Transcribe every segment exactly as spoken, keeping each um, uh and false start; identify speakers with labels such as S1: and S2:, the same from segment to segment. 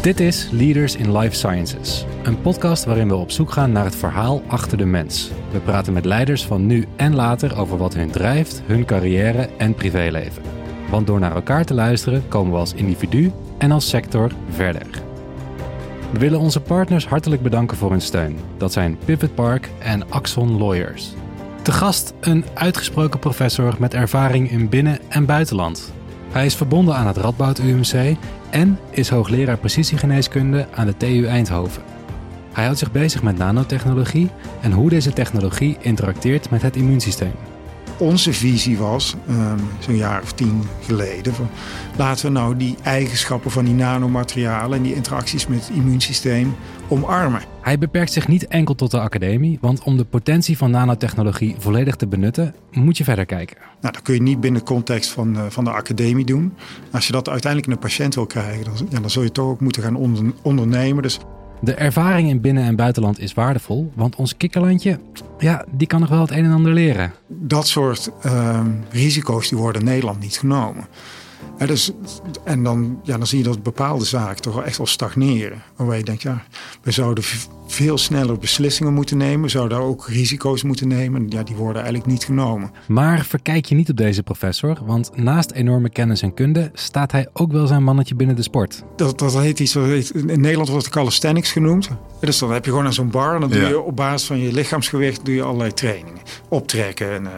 S1: Dit is Leaders in Life Sciences, een podcast waarin we op zoek gaan naar het verhaal achter de mens. We praten met leiders van nu en later over wat hun drijft, hun carrière en privéleven. Want door naar elkaar te luisteren komen we als individu en als sector verder. We willen onze partners hartelijk bedanken voor hun steun. Dat zijn Pivot Park en Axon Lawyers. Te gast een uitgesproken professor met ervaring in binnen- en buitenland. Hij is verbonden aan het Radboud U M C en is hoogleraar precisiegeneeskunde aan de T U Eindhoven. Hij houdt zich bezig met nanotechnologie en hoe deze technologie interacteert met het immuunsysteem.
S2: Onze visie was, um, zo'n jaar of tien geleden, van, laten we nou die eigenschappen van die nanomaterialen en die interacties met het immuunsysteem omarmen.
S1: Hij beperkt zich niet enkel tot de academie, want om de potentie van nanotechnologie volledig te benutten, moet je verder kijken.
S2: Nou, dat kun je niet binnen de context van, uh, van de academie doen. Als je dat uiteindelijk in een patiënt wil krijgen, dan, ja, dan zul je toch ook moeten gaan onder, ondernemen. Dus
S1: de ervaring in binnen- en buitenland is waardevol, want ons kikkerlandje, ja, die kan nog wel het een en ander leren.
S2: Dat soort uh, risico's die worden in Nederland niet genomen. Ja, dus, en dan, ja, dan zie je dat bepaalde zaken toch wel echt wel stagneren. Waarbij je denkt, ja, we zouden veel sneller beslissingen moeten nemen. We zouden ook risico's moeten nemen. Ja, die worden eigenlijk niet genomen.
S1: Maar verkijk je niet op deze professor, want naast enorme kennis en kunde staat hij ook wel zijn mannetje binnen de sport.
S2: Dat, dat heet iets, dat heet, in Nederland wordt het calisthenics genoemd. Dus dan heb je gewoon aan zo'n bar en dan doe je ja. op basis van je lichaamsgewicht doe je allerlei trainingen. Optrekken en uh,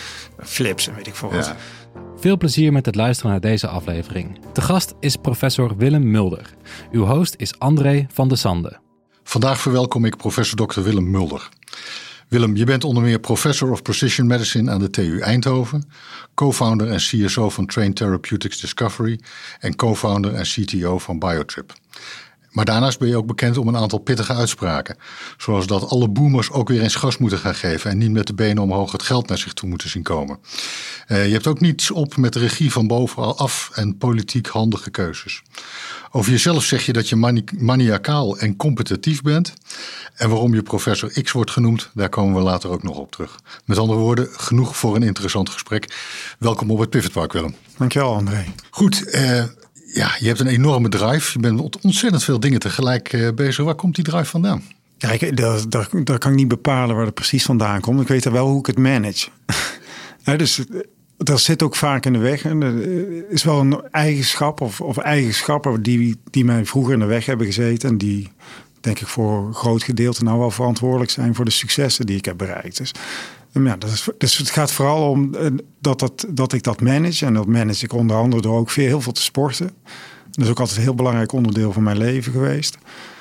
S2: flips en weet ik veel wat. Ja.
S1: Veel plezier met het luisteren naar deze aflevering. Te gast is professor Willem Mulder. Uw host is André van de Sande.
S3: Vandaag verwelkom ik professor dokter Willem Mulder. Willem, je bent onder meer Professor of Precision Medicine aan de T U Eindhoven, co-founder en C S O van Train Therapeutics Discovery en co-founder en C T O van Biotrip. Maar daarnaast ben je ook bekend om een aantal pittige uitspraken. Zoals dat alle boomers ook weer eens gas moeten gaan geven en niet met de benen omhoog het geld naar zich toe moeten zien komen. Uh, je hebt ook niets op met de regie van bovenaf en politiek handige keuzes. Over jezelf zeg je dat je mani- maniacaal en competitief bent. En waarom je professor X wordt genoemd, daar komen we later ook nog op terug. Met andere woorden, genoeg voor een interessant gesprek. Welkom op het Pivot Park, Willem.
S2: Dankjewel, André.
S3: Goed, uh, ja, je hebt een enorme drive. Je bent met ontzettend veel dingen tegelijk uh, bezig. Waar komt die drive vandaan?
S2: Kijk, daar, daar, daar kan ik niet bepalen waar het precies vandaan komt. Ik weet er wel hoe ik het manage. ja, dus dat zit ook vaak in de weg. En er is wel een eigenschap of, of eigenschappen die, die mij vroeger in de weg hebben gezeten. En die, denk ik, voor een groot gedeelte nou wel verantwoordelijk zijn voor de successen die ik heb bereikt. Dus, ja, dat is, dus het gaat vooral om dat, dat, dat ik dat manage. En dat manage ik onder andere door ook veel, heel veel te sporten. Dat is ook altijd een heel belangrijk onderdeel van mijn leven geweest.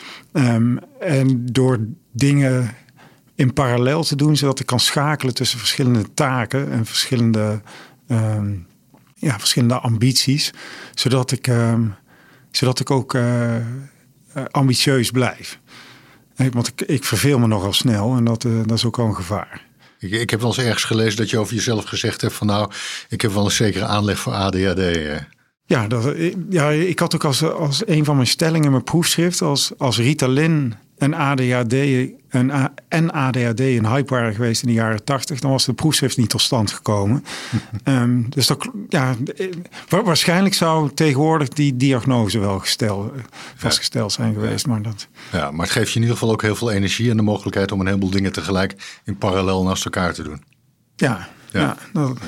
S2: Um, en door dingen in parallel te doen, zodat ik kan schakelen tussen verschillende taken en verschillende, um, ja, verschillende ambities. Zodat ik, um, zodat ik ook uh, uh, ambitieus blijf. Want ik, ik verveel me nogal snel en dat, uh, dat is ook wel een gevaar.
S3: Ik, ik heb wel eens ergens gelezen dat je over jezelf gezegd hebt van nou, ik heb wel een zekere aanleg voor A D H D. Eh.
S2: Ja, dat, ja, ik had ook als, als een van mijn stellingen in mijn proefschrift, als, als Ritalin en A D H D en, en A D H D een hype waren geweest in de jaren tachtig, dan was de proefschrift niet tot stand gekomen. um, dus dat, ja, waarschijnlijk zou tegenwoordig die diagnose wel gestel, vastgesteld zijn geweest. Ja. Maar, dat...
S3: ja, maar het geeft je in ieder geval ook heel veel energie en de mogelijkheid om een heleboel dingen tegelijk in parallel naast elkaar te doen.
S2: Ja, ja. ja dat...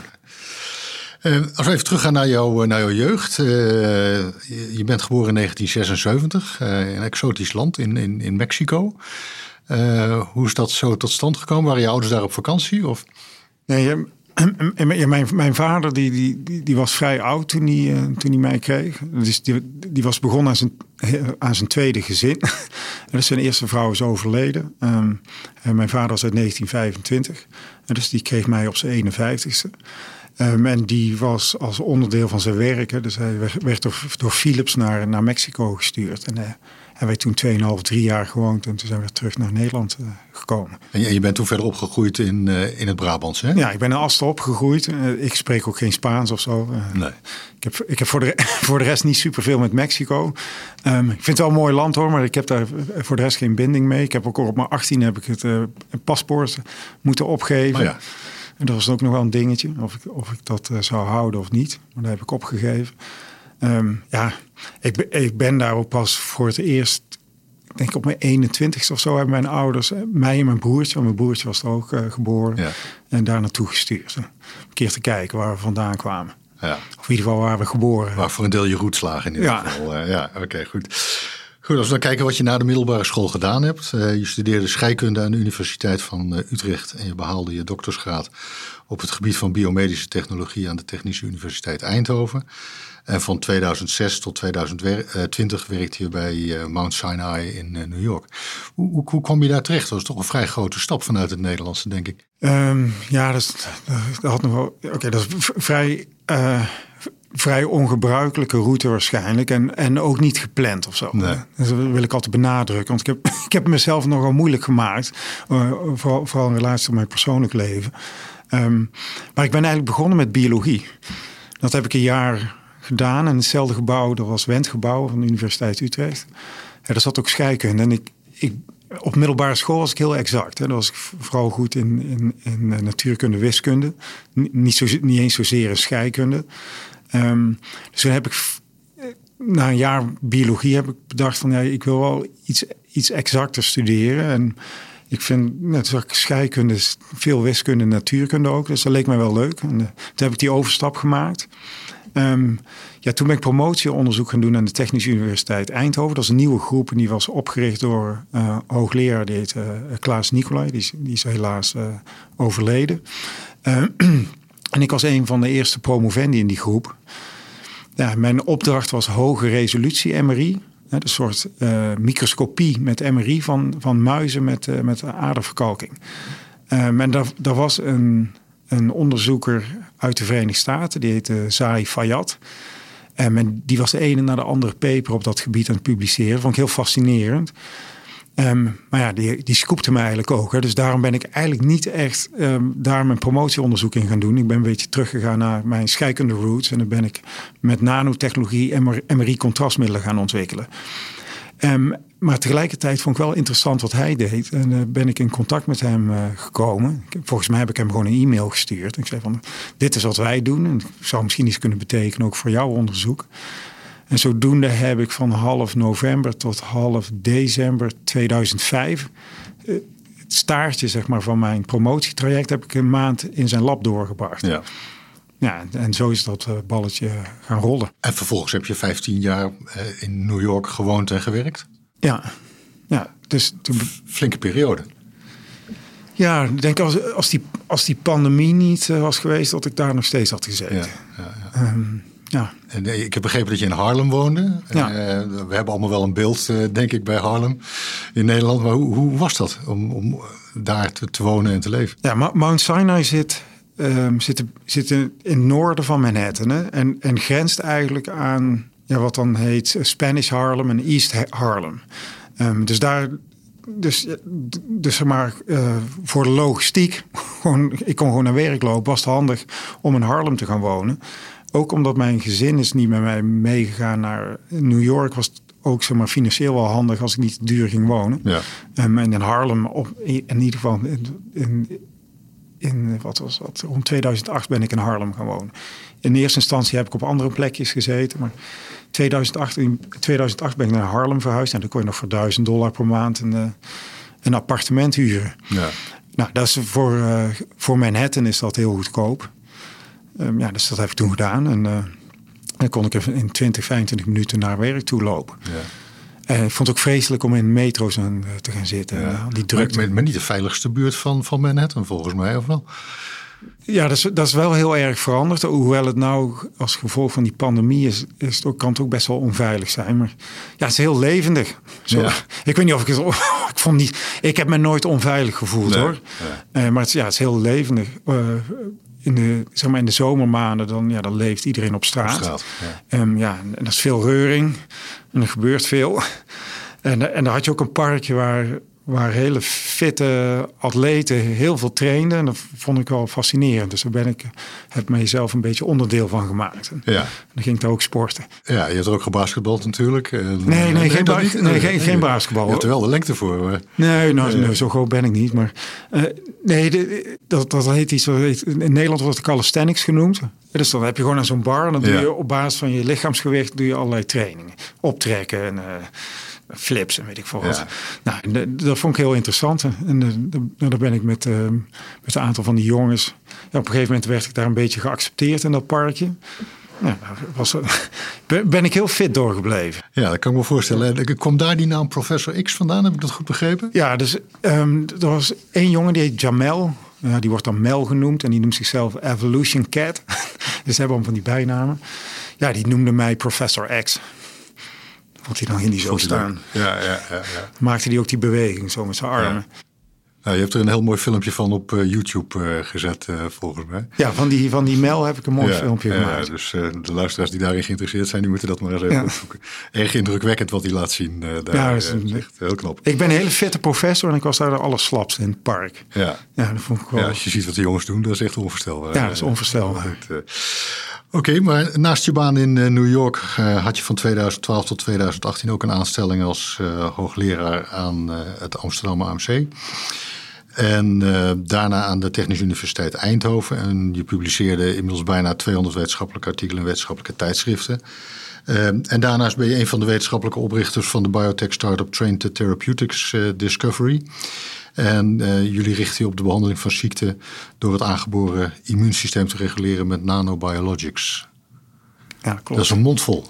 S3: Uh, als we even teruggaan naar, jou, naar jouw jeugd. Uh, je, je bent geboren in negentien zesenzeventig uh, in een exotisch land in, in, in Mexico. Uh, hoe is dat zo tot stand gekomen? Waren je ouders daar op vakantie? Of?
S2: Nee, uh, mijn, mijn vader die, die, die was vrij oud toen hij, uh, toen hij mij kreeg. Dus die, die was begonnen aan zijn, aan zijn tweede gezin. Dus zijn eerste vrouw is overleden. Um, en mijn vader was uit negentien vijfentwintig. En dus die kreeg mij op zijn eenenvijftigste. Um, en die was als onderdeel van zijn werk, hè, dus hij werd door, door Philips naar, naar Mexico gestuurd. En uh, hij werd toen tweeënhalf, drie jaar gewoond en toen zijn we terug naar Nederland uh, gekomen.
S3: En je bent toen verder opgegroeid in, uh, in het Brabants, hè?
S2: Ja, ik ben in Asten opgegroeid. Uh, ik spreek ook geen Spaans of zo. Uh,
S3: nee.
S2: Ik heb, ik heb voor, de, voor de rest niet superveel met Mexico. Um, ik vind het wel een mooi land hoor, maar ik heb daar voor de rest geen binding mee. Ik heb ook op mijn achttien heb ik het uh, paspoort moeten opgeven.
S3: Oh ja.
S2: En dat was ook nog wel een dingetje, of ik, of ik dat uh, zou houden of niet. Maar dat heb ik opgegeven. Um, ja, ik, ik ben daar ook pas voor het eerst... Ik denk op mijn eenentwintigste of zo hebben mijn ouders... mij en mijn broertje, want mijn broertje was er ook uh, geboren... Ja. En daar naartoe gestuurd. Een keer te kijken waar we vandaan kwamen. Ja. Of in ieder geval waar we geboren.
S3: Waar voor een deel je roots lagen in ieder ja. geval. Uh, ja, oké, okay, goed. Goed, als we dan kijken wat je na de middelbare school gedaan hebt. Uh, je studeerde scheikunde aan de Universiteit van uh, Utrecht... en je behaalde je doktersgraad op het gebied van biomedische technologie... aan de Technische Universiteit Eindhoven... En van tweeduizend zes tot tweeduizend twintig werkte je bij uh, Mount Sinai in uh, New York. Hoe, hoe, hoe kwam je daar terecht? Dat was toch een vrij grote stap vanuit het Nederlandse, denk ik.
S2: Um, ja, dat, is, dat had nog wel. Oké, okay, dat is vrij, uh, vrij ongebruikelijke route waarschijnlijk. En, en ook niet gepland of zo.
S3: Nee.
S2: Dus dat wil ik altijd benadrukken. Want ik heb, ik heb mezelf nogal moeilijk gemaakt. Uh, vooral, vooral in relatie tot mijn persoonlijk leven. Um, maar ik ben eigenlijk begonnen met biologie. Dat heb ik een jaar gedaan in hetzelfde gebouw. Dat was Wentgebouw van de Universiteit Utrecht. Ja, daar zat ook scheikunde. En ik, ik, op middelbare school was ik heel exact. Hè. Daar was ik vooral goed in, in, in natuurkunde, wiskunde. Niet, zo, niet eens zozeer in scheikunde. Um, dus toen heb ik na een jaar biologie heb ik bedacht van ja, ik wil wel iets, iets exacter studeren. En ik vind net zoals scheikunde, veel wiskunde en natuurkunde ook. Dus dat leek mij wel leuk. En uh, toen heb ik die overstap gemaakt. Um, ja, toen ben ik promotieonderzoek gaan doen aan de Technische Universiteit Eindhoven. Dat is een nieuwe groep en die was opgericht door uh, hoogleraar, die heet uh, Klaas Nicolai. Die is, die is helaas uh, overleden. Uh, en ik was een van de eerste promovendi in die groep. Ja, mijn opdracht was hoge resolutie M R I. Hè, een soort uh, microscopie met M R I van, van muizen met, uh, met aderverkalking. Um, en daar, daar was een... Een onderzoeker uit de Verenigde Staten, die heette Zahi Fayyad. En die was de ene na de andere paper op dat gebied aan het publiceren. Vond ik heel fascinerend. Um, maar ja, die, die scoopte me eigenlijk ook. Hè. Dus daarom ben ik eigenlijk niet echt um, daar mijn promotieonderzoek in gaan doen. Ik ben een beetje teruggegaan naar mijn scheikunde roots. En dan ben ik met nanotechnologie M R I-contrastmiddelen gaan ontwikkelen. Um, maar tegelijkertijd vond ik wel interessant wat hij deed. En uh, ben ik in contact met hem uh, gekomen. Volgens mij heb ik hem gewoon een e-mail gestuurd. En ik zei van, dit is wat wij doen. En het zou misschien iets kunnen betekenen ook voor jouw onderzoek. En zodoende heb ik van half november tot half december tweeduizend vijf... Uh, het staartje zeg maar, van mijn promotietraject heb ik een maand in zijn lab doorgebracht.
S3: Ja.
S2: Ja, en zo is dat balletje gaan rollen.
S3: En vervolgens heb je vijftien jaar in New York gewoond en gewerkt?
S2: Ja, ja. Dus toen...
S3: Flinke periode.
S2: Ja, ik denk als, als, die, als die pandemie niet was geweest, dat ik daar nog steeds had gezeten.
S3: Ja, ja, ja.
S2: Um, ja.
S3: En ik heb begrepen dat je in Haarlem woonde.
S2: Ja.
S3: Uh, we hebben allemaal wel een beeld, uh, denk ik, bij Haarlem in Nederland. Maar hoe, hoe was dat om, om daar te, te wonen en te leven?
S2: Ja, Mount Sinai zit... Um, zit, zit in, in het noorden van Manhattan. Hè? En, en grenst eigenlijk aan ja, wat dan heet Spanish Harlem en East Harlem. Um, dus daar, dus, dus zeg maar, uh, voor de logistiek, gewoon, ik kon gewoon naar werk lopen, was het handig om in Harlem te gaan wonen. Ook omdat mijn gezin is niet met mij meegegaan naar New York, was het ook zeg maar, financieel wel handig als ik niet te duur ging wonen.
S3: Ja.
S2: Um, en in Harlem, op, in, in ieder geval in, in In, wat was dat? Rond tweeduizend acht ben ik in Harlem gaan wonen. In eerste instantie heb ik op andere plekjes gezeten. Maar tweeduizend acht, in tweeduizend acht ben ik naar Harlem verhuisd. En dan kon je nog voor duizend dollar per maand een, uh, een appartement huren.
S3: Ja.
S2: Nou, dat is voor, uh, voor Manhattan is dat heel goedkoop. Um, ja, dus dat heb ik toen gedaan. En uh, dan kon ik even in twintig, vijfentwintig minuten naar werk toe lopen. Ja. En ik vond het ook vreselijk om in metro's aan te gaan zitten.
S3: Ja.
S2: Die drukte.
S3: Maar, maar niet de veiligste buurt van, van Manhattan, volgens mij, of wel?
S2: Ja, dat is, dat is wel heel erg veranderd. Hoewel het nou als gevolg van die pandemie is, is het ook, kan het ook best wel onveilig zijn. Maar ja, het is heel levendig. Zo, ja. Ik weet niet of ik het... Ik, vond niet, ik heb me nooit onveilig gevoeld, nee, hoor. Nee. Uh, maar het, ja, het is heel levendig. Uh, in, de, zeg maar in de zomermaanden dan, ja, dan leeft iedereen op straat. Op straat ja. Um, ja, en dat is veel reuring. En er gebeurt veel. En, en dan had je ook een parkje waar... waar hele fitte atleten heel veel trainden. En dat vond ik wel fascinerend. Dus daar ben ik, heb mezelf een beetje onderdeel van gemaakt. En
S3: ja.
S2: dan ging ik daar ook sporten.
S3: Ja, je hebt er ook gebasketbald natuurlijk. En,
S2: nee, nee, nee, geen, ba- nee, nee, geen, geen basketbal.
S3: Je hebt er wel de lengte voor. Maar...
S2: Nee, nou, uh, nee, zo groot ben ik niet. Maar uh, nee, de, dat, dat heet iets. Dat heet, in Nederland wordt het calisthenics genoemd. Dus dan heb je gewoon aan zo'n bar. En dan doe
S3: ja.
S2: je op basis van je lichaamsgewicht doe je allerlei trainingen. Optrekken en... Uh, flips en weet ik veel wat. Ja. Nou, de, dat vond ik heel interessant. En de, de, daar ben ik met, uh, met een aantal van die jongens... Ja, op een gegeven moment werd ik daar een beetje geaccepteerd in dat parkje. Ja, was, ben ik heel fit doorgebleven.
S3: Ja, dat kan ik me voorstellen. Komt daar die naam Professor X vandaan? Heb ik dat goed begrepen?
S2: Ja, dus um, er was één jongen die heet Jamel. Ja, die wordt dan Mel genoemd en die noemt zichzelf Evolution Cat. Dus ze hebben hem van die bijnamen. Ja, die noemde mij Professor X. Vond hij dan in die zo staan.
S3: Ja, ja, ja, ja.
S2: Maakte hij ook die beweging zo met zijn armen.
S3: Ja. Nou, je hebt er een heel mooi filmpje van op uh, YouTube uh, gezet, uh, volgens mij.
S2: Ja, van die, van die Mel heb ik een mooi
S3: ja,
S2: filmpje
S3: ja,
S2: gemaakt.
S3: Dus uh, de luisteraars die daarin geïnteresseerd zijn, die moeten dat maar eens even
S2: ja.
S3: opzoeken. Erg indrukwekkend wat hij laat zien. Uh, daar,
S2: ja, dat is
S3: uh, echt heel knap.
S2: Ik ben een hele fitte professor en ik was daar de allerslapste in het park.
S3: Ja.
S2: Ja, dat vond ik wel...
S3: Ja, als je ziet wat de jongens doen, dat is echt onvoorstelbaar.
S2: Ja, dat is onvoorstelbaar.
S3: Uh, Oké, okay, maar naast je baan in uh, New York uh, had je van tweeduizend twaalf tot tweeduizend achttien ook een aanstelling als uh, hoogleraar aan uh, het Amsterdam A M C. En uh, daarna aan de Technische Universiteit Eindhoven. En je publiceerde inmiddels bijna tweehonderd wetenschappelijke artikelen in wetenschappelijke tijdschriften. Uh, en daarnaast ben je een van de wetenschappelijke oprichters van de biotech startup Train Therapeutics uh, Discovery. En uh, jullie richten je op de behandeling van ziekte door het aangeboren immuunsysteem te reguleren met nanobiologics.
S2: Ja, klopt.
S3: Dat is een mondvol.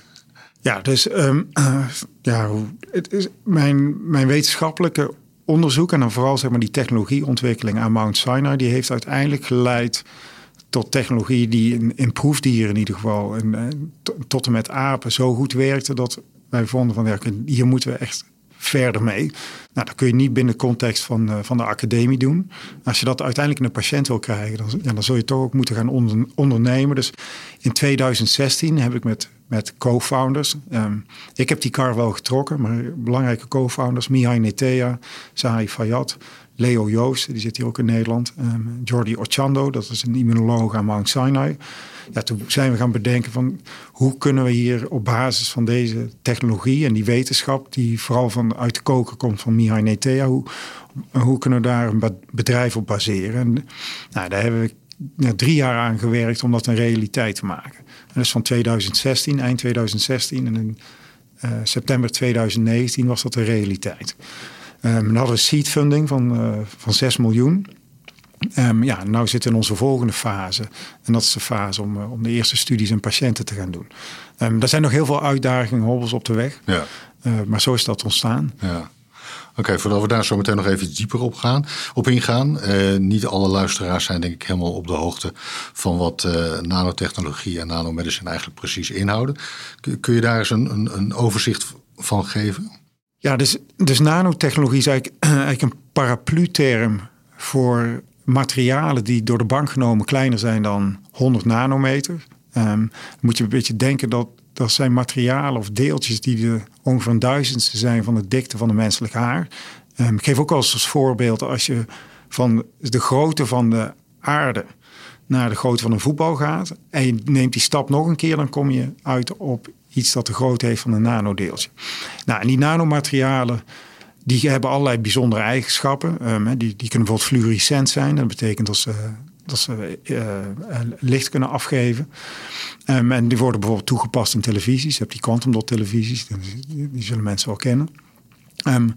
S2: Ja, dus um, uh, ja, het is mijn, mijn wetenschappelijke onderzoek en dan vooral zeg maar die technologieontwikkeling aan Mount Sinai, die heeft uiteindelijk geleid tot technologie die in, in proefdieren in ieder geval en, en tot en met apen zo goed werkte dat wij vonden van ja, hier moeten we echt verder mee. Nou, dat kun je niet binnen de context van, uh, van de academie doen. Als je dat uiteindelijk in een patiënt wil krijgen, dan, ja, dan zul je toch ook moeten gaan onder, ondernemen. Dus in tweeduizend zestien heb ik met, met co-founders, um, ik heb die kar wel getrokken, maar belangrijke co-founders, Mihai Netea, Zahi Fayyad, Leo Joost, die zit hier ook in Nederland, um, Jordi Orchando, dat is een immunoloog aan Mount Sinai. Ja, toen zijn we gaan bedenken van hoe kunnen we hier op basis van deze technologie en die wetenschap die vooral van uit de koker komt van Mihai Netea, hoe, hoe kunnen we daar een bedrijf op baseren? En, nou, daar hebben we ja, drie jaar aan gewerkt om dat een realiteit te maken. En dus van tweeduizend zestien, eind tweeduizend zestien en in uh, september tweeduizend negentien was dat een realiteit. Um, dan hadden we seed funding van, uh, van zes miljoen. Um, ja, nou zitten we in onze volgende fase. En dat is de fase om, uh, om de eerste studies en patiënten te gaan doen. Um, er zijn nog heel veel uitdagingen, hobbels op de weg.
S3: Ja.
S2: Uh, maar zo is dat ontstaan.
S3: Ja. Oké, okay, voordat we daar zo meteen nog even iets dieper op, gaan, op ingaan. Uh, niet alle luisteraars zijn denk ik helemaal op de hoogte van wat uh, nanotechnologie en nanomedicine eigenlijk precies inhouden. Kun je daar eens een, een, een overzicht van geven?
S2: Ja, dus, dus nanotechnologie is eigenlijk, eigenlijk een paraplu-term voor materialen die door de bank genomen kleiner zijn dan honderd nanometer. Um, dan moet je een beetje denken dat dat zijn materialen of deeltjes die de ongeveer een duizendste zijn van de dikte van een menselijk haar. Um, ik geef ook wel eens als voorbeeld, als je van de grootte van de aarde naar de grootte van een voetbal gaat en je neemt die stap nog een keer, dan kom je uit op iets dat de grootte heeft van een nanodeeltje. Nou, en die nanomaterialen die hebben allerlei bijzondere eigenschappen. Um, die, die kunnen bijvoorbeeld fluorescent zijn. Dat betekent dat ze, dat ze uh, uh, licht kunnen afgeven. Um, en die worden bijvoorbeeld toegepast in televisies. Je hebt die quantum dot televisies. Die, die zullen mensen wel kennen. Um,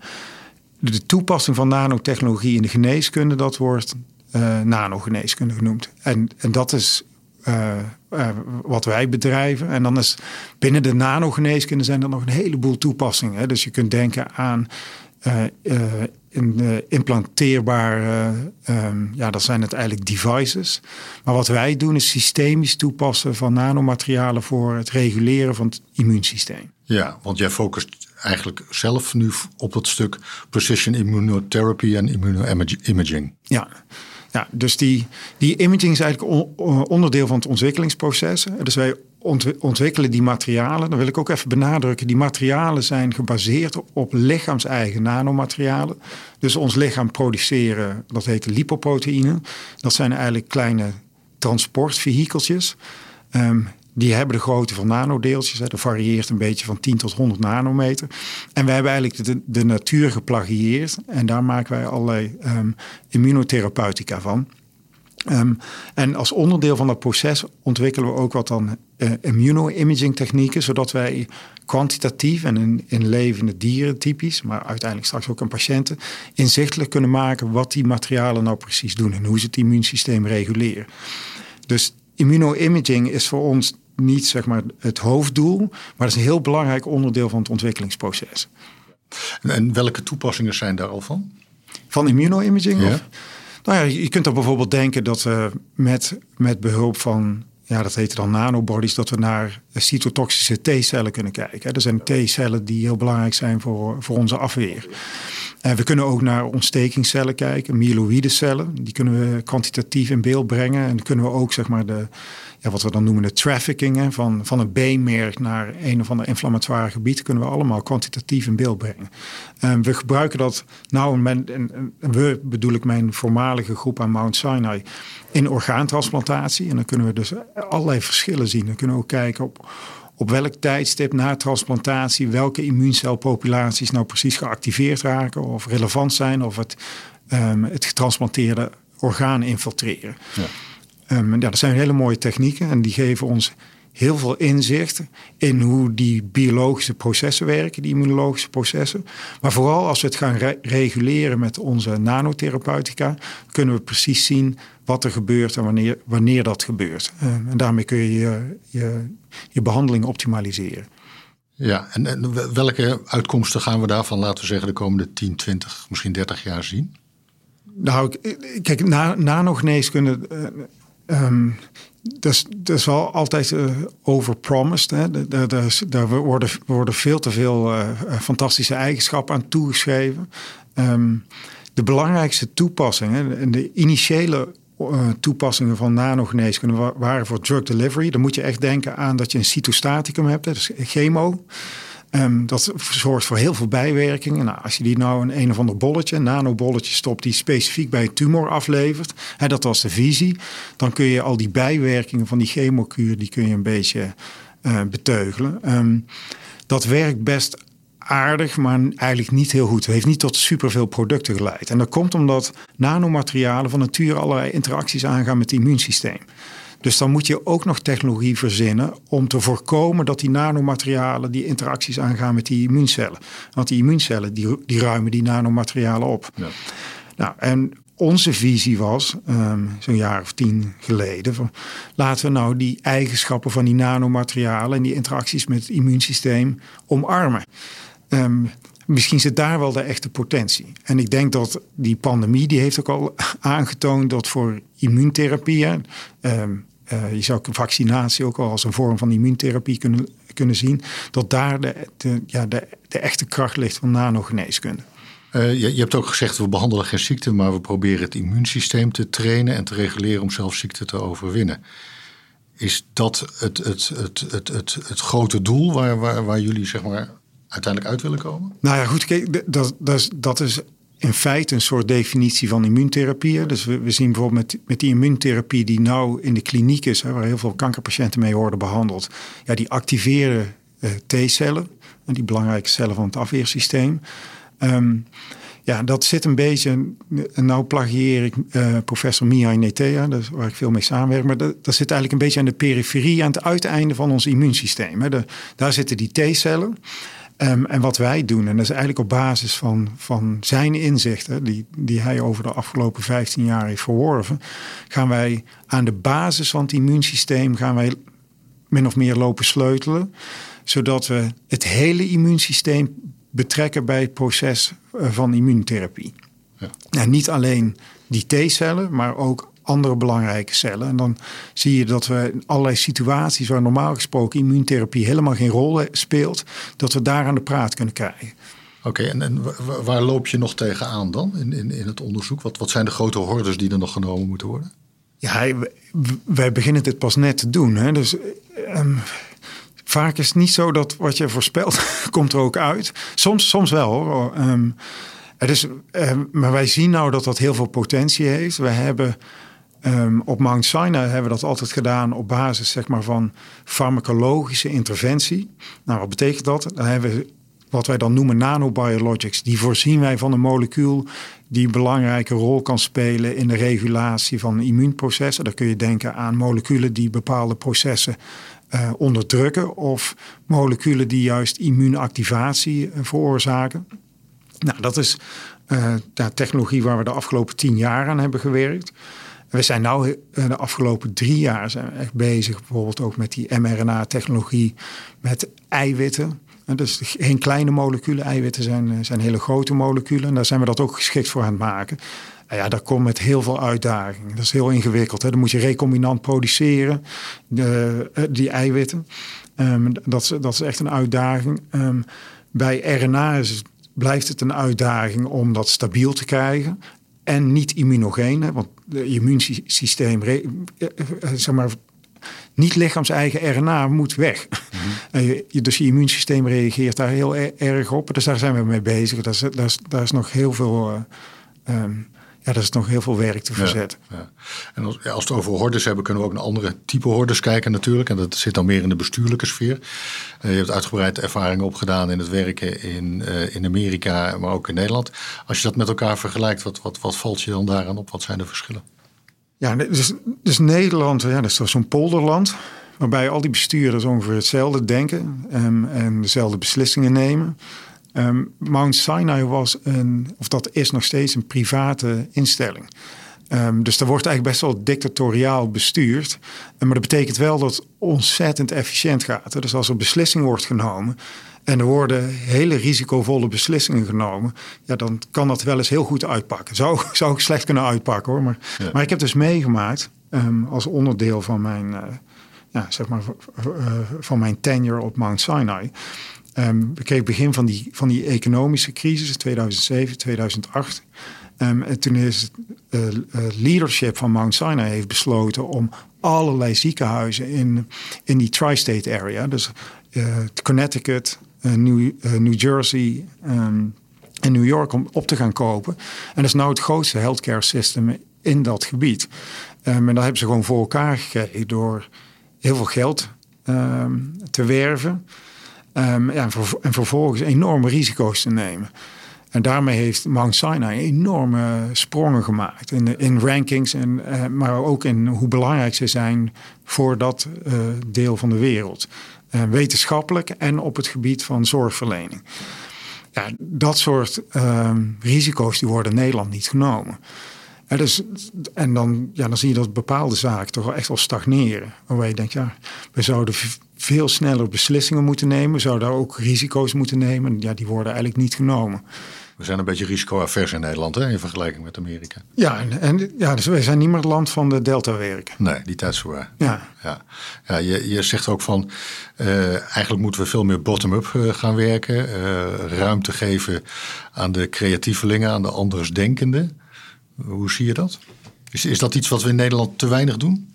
S2: de toepassing van nanotechnologie in de geneeskunde, dat wordt uh, nanogeneeskunde genoemd. En, en dat is uh, uh, wat wij bedrijven. En dan is binnen de nanogeneeskunde zijn er nog een heleboel toepassingen. Hè? Dus je kunt denken aan Uh, uh, in, uh, implanteerbare, uh, um, ja, dat zijn het eigenlijk devices. Maar wat wij doen is systemisch toepassen van nanomaterialen voor het reguleren van het immuunsysteem.
S3: Ja, want jij focust eigenlijk zelf nu op dat stuk precision immunotherapy en immunoimaging.
S2: Ja. Ja, dus die, die imaging is eigenlijk on, onderdeel van het ontwikkelingsproces. Dus wij ont- ontwikkelen die materialen. Dan wil ik ook even benadrukken. Die materialen zijn gebaseerd op lichaams-eigen nanomaterialen. Dus ons lichaam produceren, dat heet lipoproteïnen. Dat zijn eigenlijk kleine transportvehikeltjes. Um, Die hebben de grootte van nanodeeltjes. Hè. Dat varieert een beetje van tien tot honderd nanometer. En wij hebben eigenlijk de, de natuur geplagieerd. En daar maken wij allerlei um, immunotherapeutica van. Um, en als onderdeel van dat proces ontwikkelen we ook wat dan uh, immunoimaging technieken. Zodat wij kwantitatief en in, in levende dieren typisch, maar uiteindelijk straks ook aan patiënten, inzichtelijk kunnen maken wat die materialen nou precies doen. En hoe ze het immuunsysteem reguleren. Dus immunoimaging is voor ons niet zeg maar het hoofddoel, maar dat is een heel belangrijk onderdeel van het ontwikkelingsproces.
S3: En welke toepassingen zijn daar al van?
S2: Van immunoimaging?
S3: Ja.
S2: Of, nou ja, je kunt dan bijvoorbeeld denken dat we met, met behulp van, ja, dat heet dan nanobodies, dat we naar cytotoxische T-cellen kunnen kijken. Er zijn T-cellen die heel belangrijk zijn voor, voor onze afweer. En we kunnen ook naar ontstekingscellen kijken, myeloïde cellen. Die kunnen we kwantitatief in beeld brengen. En dan kunnen we ook zeg maar de, ja, wat we dan noemen de trafficking, hè, van, van een beenmerg naar een of ander inflammatoire gebied, kunnen we allemaal kwantitatief in beeld brengen. En we gebruiken dat nou, mijn, en, en we bedoel ik mijn voormalige groep aan Mount Sinai, in orgaantransplantatie. En dan kunnen we dus allerlei verschillen zien. Dan kunnen we ook kijken op Op welk tijdstip na transplantatie welke immuuncelpopulaties nou precies geactiveerd raken of relevant zijn of het, um, het getransplanteerde orgaan infiltreren. Ja. Um, ja, dat zijn hele mooie technieken en die geven ons heel veel inzicht in hoe die biologische processen werken, die immunologische processen. Maar vooral als we het gaan re- reguleren met onze nanotherapeutica, kunnen we precies zien wat er gebeurt en wanneer, wanneer dat gebeurt. Uh, en daarmee kun je je, je je behandeling optimaliseren.
S3: Ja, en, en welke uitkomsten gaan we daarvan, laten we zeggen, de komende tien, twintig, misschien dertig jaar zien?
S2: Nou, kijk, na, nanogeneeskunde, uh, um, dat is, dat is wel altijd uh, overpromised. Hè. Daar, daar, daar worden, worden veel te veel uh, fantastische eigenschappen aan toegeschreven. Um, de belangrijkste toepassingen en de initiële Uh, toepassingen van nanogeneeskunde waren voor drug delivery. Dan moet je echt denken aan dat je een cytostaticum hebt, dus chemo. Um, dat zorgt voor heel veel bijwerkingen. Nou, als je die nou in een of ander bolletje, een nanobolletje stopt die specifiek bij een tumor aflevert, hè, dat was de visie, dan kun je al die bijwerkingen van die chemokuur, die kun je een beetje uh, beteugelen. Um, dat werkt best aardig, maar eigenlijk niet heel goed. Het heeft niet tot superveel producten geleid. En dat komt omdat nanomaterialen van nature allerlei interacties aangaan met het immuunsysteem. Dus dan moet je ook nog technologie verzinnen om te voorkomen dat die nanomaterialen die interacties aangaan met die immuuncellen. Want die immuuncellen die, die ruimen die nanomaterialen op. Ja. Nou, en onze visie was, um, zo'n jaar of tien geleden, van, laten we nou die eigenschappen van die nanomaterialen en die interacties met het immuunsysteem omarmen. Um, misschien zit daar wel de echte potentie. En ik denk dat die pandemie, die heeft ook al aangetoond dat voor immuuntherapie, um, uh, je zou vaccinatie ook al als een vorm van immuuntherapie kunnen, kunnen zien, dat daar de, de, ja, de, de echte kracht ligt van nanogeneeskunde.
S3: Uh, je, je hebt ook gezegd, we behandelen geen ziekte, maar we proberen het immuunsysteem te trainen en te reguleren om zelf ziekte te overwinnen. Is dat het, het, het, het, het, het grote doel waar, waar, waar jullie zeg maar uiteindelijk uit willen komen? Nou
S2: ja, goed, kijk, dat, dat, is, dat is in feite een soort definitie van immuuntherapie. Dus we, we zien bijvoorbeeld met, met die immuuntherapie die nou in de kliniek is, hè, waar heel veel kankerpatiënten mee worden behandeld, ja, die activeren uh, T-cellen, die belangrijke cellen van het afweersysteem. Um, ja, dat zit een beetje, nou plagieer ik uh, professor Mihai Netea, dus waar ik veel mee samenwerk, maar dat, dat zit eigenlijk een beetje aan de periferie, aan het uiteinde van ons immuunsysteem. Hè. De, daar zitten die T-cellen. Um, en wat wij doen, en dat is eigenlijk op basis van, van zijn inzichten, die, die hij over de afgelopen vijftien jaar heeft verworven, gaan wij aan de basis van het immuunsysteem gaan wij min of meer lopen sleutelen, zodat we het hele immuunsysteem betrekken bij het proces van immuuntherapie. Ja. En niet alleen die T-cellen, maar ook andere belangrijke cellen. En dan zie je dat we in allerlei situaties waar normaal gesproken immuuntherapie helemaal geen rol speelt, dat we daar aan de praat kunnen krijgen.
S3: Oké, okay, en, en waar loop je nog tegenaan dan in, in, in het onderzoek? Wat, wat zijn de grote hordes die er nog genomen moeten worden?
S2: Ja, wij beginnen dit pas net te doen. Hè? Dus um, vaak is het niet zo dat wat je voorspelt, komt er ook uit. Soms, soms wel hoor. Um, het is, um, maar wij zien nou dat dat heel veel potentie heeft. We hebben um, op Mount Sinai hebben we dat altijd gedaan op basis zeg maar, van farmacologische interventie. Nou, wat betekent dat? Dan hebben we wat wij dan noemen nanobiologics. Die voorzien wij van een molecuul die een belangrijke rol kan spelen in de regulatie van immuunprocessen. Dan kun je denken aan moleculen die bepaalde processen uh, onderdrukken of moleculen die juist immuunactivatie uh, veroorzaken. Nou, dat is uh, de technologie waar we de afgelopen tien jaar aan hebben gewerkt. We zijn nu de afgelopen drie jaar zijn we echt bezig, bijvoorbeeld ook met die mRNA-technologie, met eiwitten. Dus geen kleine moleculen, eiwitten zijn, zijn hele grote moleculen. En daar zijn we dat ook geschikt voor aan het maken. En ja, daar komt met heel veel uitdagingen. Dat is heel ingewikkeld. Hè? Dan moet je recombinant produceren, de, die eiwitten. Um, dat, dat is echt een uitdaging. Um, bij R N A is, blijft het een uitdaging om dat stabiel te krijgen. En niet immunogeen, hè? Want het immuunsysteem, zeg maar, niet lichaams-eigen R N A moet weg. Mm-hmm. Dus je immuunsysteem reageert daar heel erg op. Dus daar zijn we mee bezig. Daar is, daar is, daar is nog heel veel... Uh, um, ja, daar is nog heel veel werk te verzetten.
S3: Ja, ja. En als, ja, als we het over hordes hebben, kunnen we ook naar andere type hordes kijken natuurlijk. En dat zit dan meer in de bestuurlijke sfeer. Uh, je hebt uitgebreid ervaringen opgedaan in het werken in, uh, in Amerika, maar ook in Nederland. Als je dat met elkaar vergelijkt, wat, wat, wat valt je dan daaraan op? Wat zijn de verschillen?
S2: Ja, dus, dus Nederland, ja, dat is toch zo'n polderland, waarbij al die bestuurders ongeveer hetzelfde denken um, en dezelfde beslissingen nemen. Um, Mount Sinai was een, of dat is nog steeds een private instelling. Um, dus daar wordt eigenlijk best wel dictatoriaal bestuurd. Um, maar dat betekent wel dat het ontzettend efficiënt gaat. Hè? Dus als er beslissing wordt genomen en er worden hele risicovolle beslissingen genomen, ja, dan kan dat wel eens heel goed uitpakken. Zou, zou ook slecht kunnen uitpakken hoor. Maar, ja. maar ik heb dus meegemaakt um, als onderdeel van mijn, uh, ja, zeg maar, uh, van mijn tenure op Mount Sinai. Um, we kregen begin van die, van die economische crisis, tweeduizend zeven, tweeduizend acht. Um, en toen is het uh, uh, leadership van Mount Sinai heeft besloten om allerlei ziekenhuizen in, in die tri-state area, dus uh, Connecticut, uh, New, uh, New Jersey um, en New York, om op te gaan kopen. En dat is nou het grootste healthcare system in dat gebied. Um, en dat hebben ze gewoon voor elkaar gekregen door heel veel geld um, te werven. Um, ja, en vervolgens enorme risico's te nemen. En daarmee heeft Mount Sinai enorme sprongen gemaakt. In, in rankings, en, uh, maar ook in hoe belangrijk ze zijn voor dat uh, deel van de wereld. Uh, wetenschappelijk en op het gebied van zorgverlening. Ja, dat soort uh, risico's die worden in Nederland niet genomen. En, dus, en dan, ja, dan zie je dat bepaalde zaken toch wel echt wel stagneren. Waarbij je denkt, ja, we zouden veel sneller beslissingen moeten nemen. We zouden daar ook risico's moeten nemen. Ja, die worden eigenlijk niet genomen.
S3: We zijn een beetje risico-avers in Nederland, hè, in vergelijking met Amerika.
S2: Ja, en, en ja, dus wij zijn niet meer het land van de delta-werken.
S3: Nee, die tijd is voorbij.
S2: Ja.
S3: Ja. Ja, je, je zegt ook van, uh, eigenlijk moeten we veel meer bottom-up uh, gaan werken. Uh, ruimte geven aan de creatievelingen, aan de andersdenkenden. Hoe zie je dat? Is, is dat iets wat we in Nederland te weinig doen?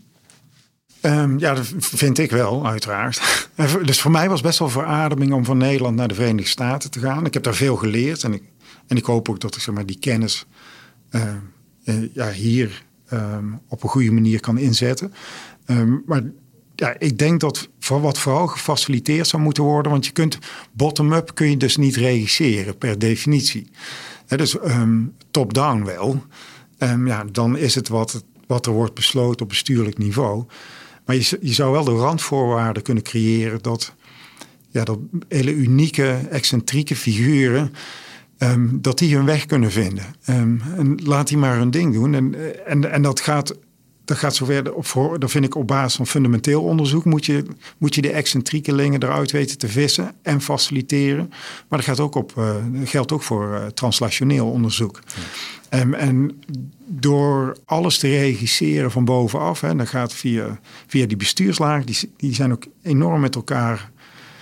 S2: Um, ja, dat vind ik wel, uiteraard. Dus voor mij was het best wel verademing om van Nederland naar de Verenigde Staten te gaan. Ik heb daar veel geleerd en ik, en ik hoop ook dat ik zeg maar, die kennis uh, uh, ja, hier um, op een goede manier kan inzetten. Um, maar ja, ik denk dat voor wat vooral gefaciliteerd zou moeten worden, want je kunt bottom-up kun je dus niet regisseren per definitie. He, dus um, top-down wel. Um, ja, dan is het wat, wat er wordt besloten op bestuurlijk niveau. Maar je, je zou wel de randvoorwaarden kunnen creëren dat, ja, dat hele unieke, excentrieke figuren, um, dat die hun weg kunnen vinden. Um, en laat die maar hun ding doen. En, en, en dat gaat, dat gaat zover, op voor, dat vind ik op basis van fundamenteel onderzoek, moet je, moet je de excentriekelingen eruit weten te vissen en faciliteren. Maar dat gaat ook op, uh, dat geldt ook voor uh, translationeel onderzoek. Ja. Um, en door alles te regisseren van bovenaf, hè, dat gaat via, via die bestuurslaag, die, die zijn ook enorm met elkaar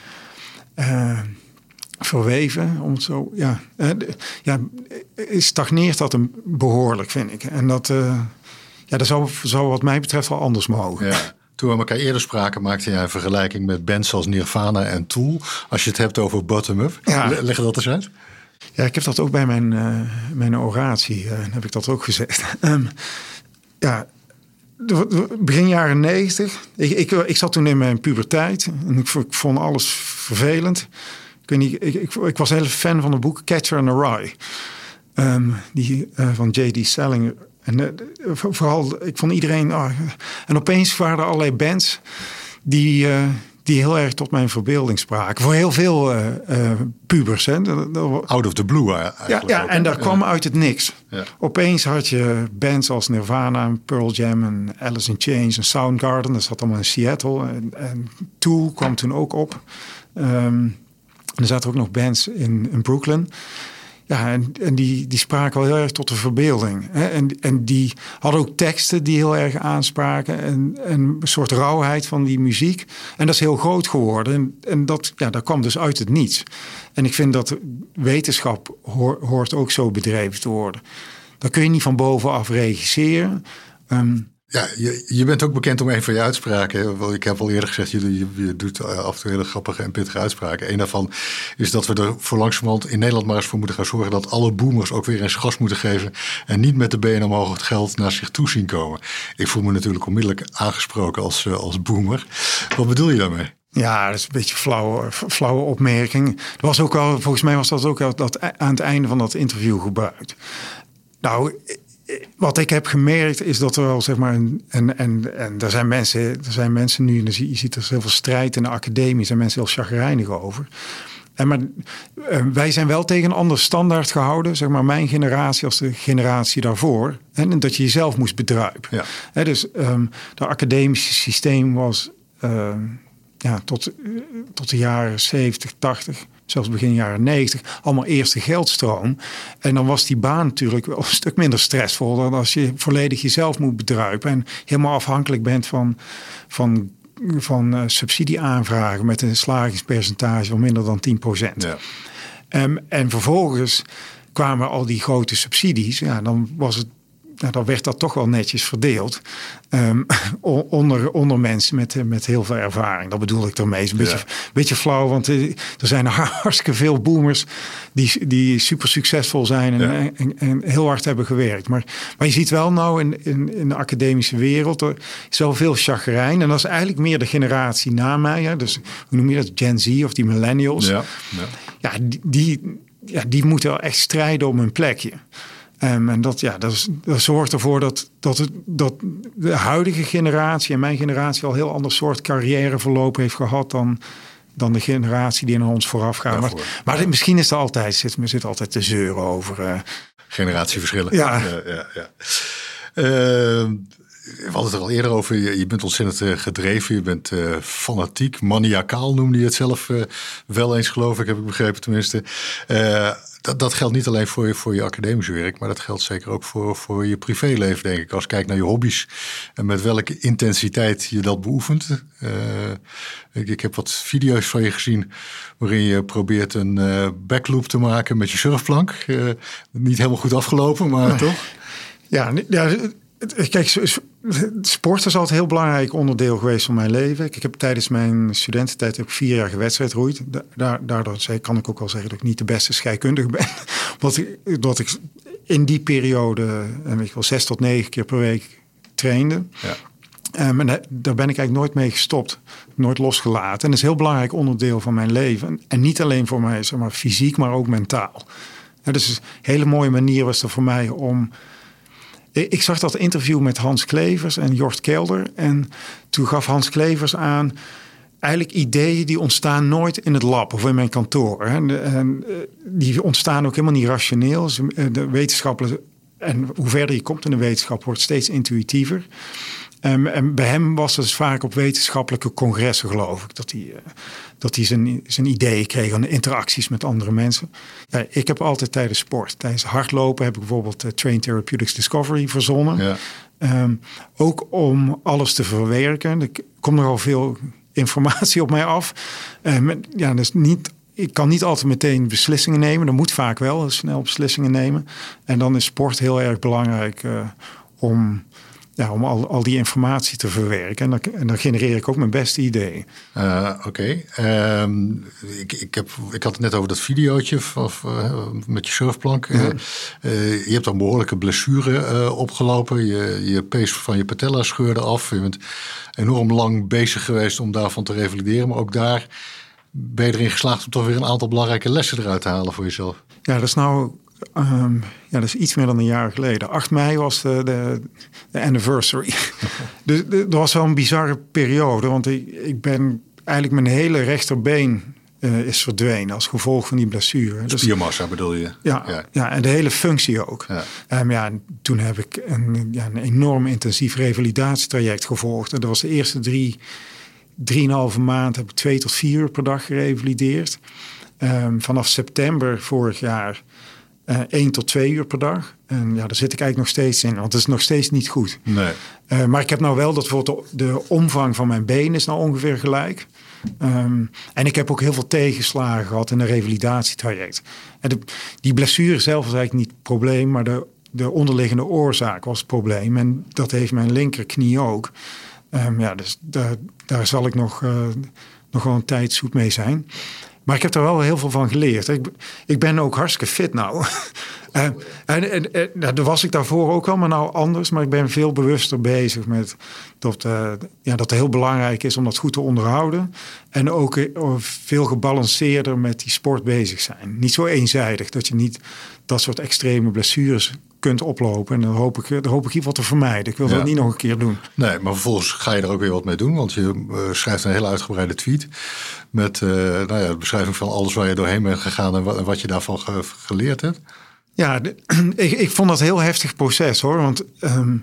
S2: uh, verweven. Om het zo, ja, uh, ja, stagneert dat een behoorlijk, vind ik. En dat, uh, Ja, dat zou, zou wat mij betreft wel anders mogen.
S3: Ja. Toen we elkaar eerder spraken, maakte jij een vergelijking met bands als Nirvana en Tool. Als je het hebt over bottom-up. Ja. Leg dat eens uit.
S2: Ja, ik heb dat ook bij mijn, uh, mijn oratie, uh, heb ik dat ook gezegd. Um, ja, begin jaren negentig. Ik, ik, ik zat toen in mijn puberteit en ik, ik vond alles vervelend. Ik, weet niet, ik, ik, ik was een hele fan van het boek Catcher in the Rye. Um, die, uh, van J D Salinger. En uh, vooral, ik vond iedereen... Oh, en opeens waren er allerlei bands die, uh, die heel erg tot mijn verbeelding spraken. Voor heel veel uh, uh, pubers. Hè.
S3: Out of the blue eigenlijk.
S2: Ja, ja
S3: ook,
S2: en dat
S3: ja.
S2: kwam uit het niks.
S3: Ja.
S2: Opeens had je bands als Nirvana, Pearl Jam en Alice in Chains en Soundgarden. Dat zat allemaal in Seattle. En, en Tool kwam toen ook op. Um, en er zaten ook nog bands in, in Brooklyn. Ja, en, en die, die spraken wel heel erg tot de verbeelding. Hè? En, en die hadden ook teksten die heel erg aanspraken. En, en een soort rauwheid van die muziek. En dat is heel groot geworden. En, en dat, ja, dat kwam dus uit het niets. En ik vind dat wetenschap hoor, hoort ook zo bedreven te worden. Dat kun je niet van bovenaf regisseren. Um,
S3: Ja, je, je bent ook bekend om een van je uitspraken. Ik heb al eerder gezegd, je, je, je doet af en toe hele grappige en pittige uitspraken. Een daarvan is dat we er voor langzamerhand in Nederland maar eens voor moeten gaan zorgen dat alle boomers ook weer eens gas moeten geven en niet met de benen omhoog het geld naar zich toe zien komen. Ik voel me natuurlijk onmiddellijk aangesproken als, als boomer. Wat bedoel je daarmee?
S2: Ja, dat is een beetje een flauwe, flauwe opmerking. Er was ook al, volgens mij was dat ook al dat aan het einde van dat interview gebruikt. Nou, wat ik heb gemerkt is dat er wel, zeg maar, en, en, en, en er zijn mensen, er zijn mensen nu, je ziet er heel veel strijd in de academie, er zijn mensen heel chagrijnig over. En maar wij zijn wel tegen een ander standaard gehouden, zeg maar mijn generatie als de generatie daarvoor, en dat je jezelf moest bedruipen. Ja. He, dus um, de academische systeem was uh, ja, tot, uh, tot de jaren zeventig, tachtig. Zelfs begin jaren negentig, allemaal eerste geldstroom. En dan was die baan natuurlijk wel een stuk minder stressvol dan als je volledig jezelf moet bedruipen en helemaal afhankelijk bent van, van, van uh, subsidieaanvragen met een slagingspercentage van minder dan tien procent. Ja. Um, en vervolgens kwamen al die grote subsidies. Ja, dan was het. Nou, dan werd dat toch wel netjes verdeeld um, onder, onder mensen met, met heel veel ervaring. Dat bedoel ik ermee. Is een beetje, ja. beetje flauw, want er zijn hartstikke veel boomers die, die super succesvol zijn en, ja. en, en heel hard hebben gewerkt. Maar, maar je ziet wel nou in, in, in de academische wereld, er is wel veel chagrijn. En dat is eigenlijk meer de generatie na mij. Hè? Dus hoe noem je dat? Gen Z of die millennials. Ja, ja. ja, die, die, ja die moeten wel echt strijden om hun plekje. Um, en dat, ja, dat, is, dat zorgt ervoor dat, dat, het, dat de huidige generatie en mijn generatie al een heel ander soort carrièreverloop heeft gehad dan, dan de generatie die naar ons vooraf gaat. Maar, maar ja. misschien is er altijd, zit, zit altijd te zeuren over. Uh,
S3: generatieverschillen.
S2: Ja.
S3: ja, ja, ja. Uh, we hadden het er al eerder over. Je, je bent ontzettend uh, gedreven. Je bent uh, fanatiek, maniacaal noemde je het zelf uh, wel eens, geloof ik, heb ik begrepen tenminste. Uh, Dat, dat geldt niet alleen voor je, voor je academische werk, maar dat geldt zeker ook voor, voor je privéleven, denk ik. Als ik kijk naar je hobby's en met welke intensiteit je dat beoefent. Uh, ik, ik heb wat video's van je gezien waarin je probeert een uh, backloop te maken met je surfplank. Uh, niet helemaal goed afgelopen, maar nee. toch?
S2: Ja, ja, kijk, sport is altijd een heel belangrijk onderdeel geweest van mijn leven. Ik heb tijdens mijn studententijd heb ik vier jaar gewedstrijdroeid. Daardoor kan ik ook wel zeggen dat ik niet de beste scheikundige ben. Want ik, dat ik in die periode weet ik wel, zes tot negen keer per week trainde. Ja. Um, en daar ben ik eigenlijk nooit mee gestopt. Nooit losgelaten. En dat is een heel belangrijk onderdeel van mijn leven. En niet alleen voor mij, zeg maar, fysiek, maar ook mentaal. Ja, dus een hele mooie manier was er voor mij om. Ik zag dat interview met Hans Klevers en Jort Kelder. En toen gaf Hans Klevers aan eigenlijk ideeën die ontstaan nooit in het lab of in mijn kantoor. En die ontstaan ook helemaal niet rationeel. De wetenschappers, en hoe verder je komt in de wetenschap, wordt steeds intuïtiever. Um, en bij hem was het dus vaak op wetenschappelijke congressen, geloof ik, dat hij, uh, dat hij zijn, zijn ideeën kreeg aan de interacties met andere mensen. Ja, ik heb altijd tijdens sport, tijdens hardlopen heb ik bijvoorbeeld uh, Train Therapeutics Discovery verzonnen. Ja. Um, ook om alles te verwerken. Er komt nogal veel informatie op mij af. Um, ja, dus niet, ik kan niet altijd meteen beslissingen nemen. Dat moet vaak wel, snel beslissingen nemen. En dan is sport heel erg belangrijk uh, om... ja, om al, al die informatie te verwerken. En dan, en dan genereer ik ook mijn beste ideeën.
S3: Uh, Oké. Okay. Um, ik, ik, heb, ik had het net over dat videootje of, uh, met je surfplank. Ja. Uh, uh, je hebt een behoorlijke blessure uh, opgelopen. Je, je pees van je patella scheurde af. Je bent enorm lang bezig geweest om daarvan te revalideren. Maar ook daar ben je erin geslaagd om toch weer een aantal belangrijke lessen eruit te halen voor jezelf.
S2: Ja, dat is nou... Um, ja, dat is iets meer dan een jaar geleden. acht mei was de, de, de anniversary. Dus dat was wel een bizarre periode. Want ik, ik ben eigenlijk mijn hele rechterbeen uh, is verdwenen als gevolg van die blessure. Dus,
S3: spiermassa bedoel je?
S2: Ja, ja. ja, en de hele functie ook. Ja. Um, ja, toen heb ik een, ja, een enorm intensief revalidatietraject gevolgd. En dat was de eerste drie, drieënhalve maand heb ik twee tot vier uur per dag gerevalideerd. Um, vanaf september vorig jaar Uh, één tot twee uur per dag. En ja, daar zit ik eigenlijk nog steeds in. Want het is nog steeds niet goed.
S3: Nee.
S2: Uh, maar ik heb nou wel dat bijvoorbeeld de, de omvang van mijn been is nou ongeveer gelijk. Um, en ik heb ook heel veel tegenslagen gehad in een revalidatietraject. En de, die blessure zelf was eigenlijk niet het probleem. Maar de, de onderliggende oorzaak was het probleem. En dat heeft mijn linkerknie ook. Um, ja, dus daar, daar zal ik nog, uh, nog wel een tijd zoet mee zijn. Maar ik heb er wel heel veel van geleerd. Ik, ik ben ook hartstikke fit nou. uh, en, en, en nou, daar was ik daarvoor ook al, maar nou anders. Maar ik ben veel bewuster bezig met dat, uh, ja, dat het heel belangrijk is om dat goed te onderhouden. En ook uh, veel gebalanceerder met die sport bezig zijn. Niet zo eenzijdig dat je niet dat soort extreme blessures kunt oplopen. En dan hoop ik, dan hoop ik hier wat te vermijden. Ik wil ja. dat niet nog een keer doen.
S3: Nee, maar vervolgens ga je er ook weer wat mee doen. Want je uh, schrijft een hele uitgebreide tweet met uh, nou ja, de beschrijving van alles waar je doorheen bent gegaan en wat, en wat je daarvan ge, geleerd hebt.
S2: Ja, de, ik, ik vond dat een heel heftig proces hoor. Want um,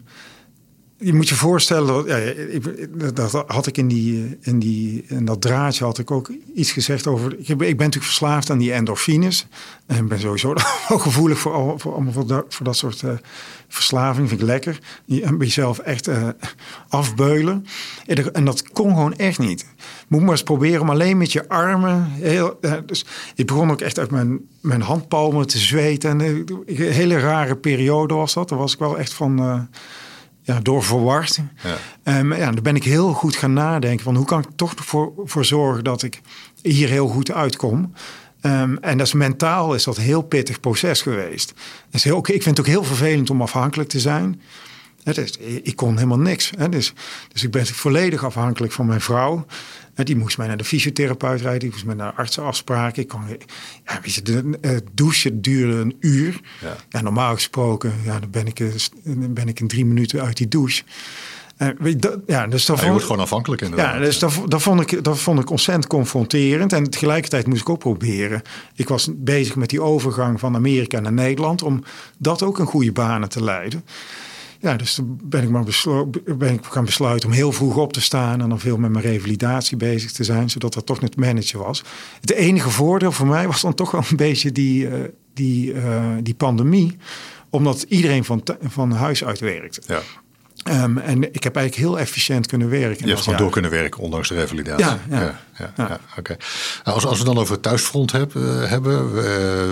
S2: je moet je voorstellen, dat, ja, ik, dat had ik in, die, in, die, in dat draadje had ik ook iets gezegd over. Ik, ik ben natuurlijk verslaafd aan die endorfines. En ik ben sowieso ook gevoelig voor, voor, voor, dat, voor dat soort uh, verslaving. Vind ik lekker. Je jezelf echt uh, afbeulen. En dat kon gewoon echt niet. Moet maar eens proberen om alleen met je armen. Heel, uh, dus ik begon ook echt uit mijn, mijn handpalmen te zweten. En, uh, een hele rare periode was dat. Daar was ik wel echt van. Uh, Ja, door verward. Ja. Um, ja, dan ben ik heel goed gaan nadenken van hoe kan ik toch voor, voor zorgen dat ik hier heel goed uitkom. Um, en dat is mentaal is dat een heel pittig proces geweest. Dat is heel, ik vind het ook heel vervelend om afhankelijk te zijn. Het is, ik kon helemaal niks. Hè. Dus, dus ik ben volledig afhankelijk van mijn vrouw. Die moest mij naar de fysiotherapeut rijden. Die moest mij naar artsenafspraken. Ik kon, ja, weet je, de, het douchen duurde een uur. Ja. Ja, normaal gesproken ja, dan ben, ik, dan ben ik in drie minuten uit die douche. Uh, dat, ja, dus dat
S3: ja, je wordt gewoon afhankelijk inderdaad.
S2: Ja, dus dat, dat, vond ik, dat vond ik ontzettend confronterend. En tegelijkertijd moest ik ook proberen. Ik was bezig met die overgang van Amerika naar Nederland. Om dat ook in goede banen te leiden. Ja, dus toen ben ik, maar beslo- ben ik gaan besluiten om heel vroeg op te staan en dan veel met mijn revalidatie bezig te zijn, zodat dat toch net managen was. Het enige voordeel voor mij was dan toch wel een beetje die, uh, die, uh, die pandemie, omdat iedereen van, t- van huis uit werkte. Ja. Um, en ik heb eigenlijk heel efficiënt kunnen werken.
S3: Je hebt gewoon door kunnen werken, ondanks de revalidatie.
S2: Ja, ja.
S3: ja, ja, ja. ja okay. nou, als, als we dan over het thuisfront heb, uh, hebben, uh,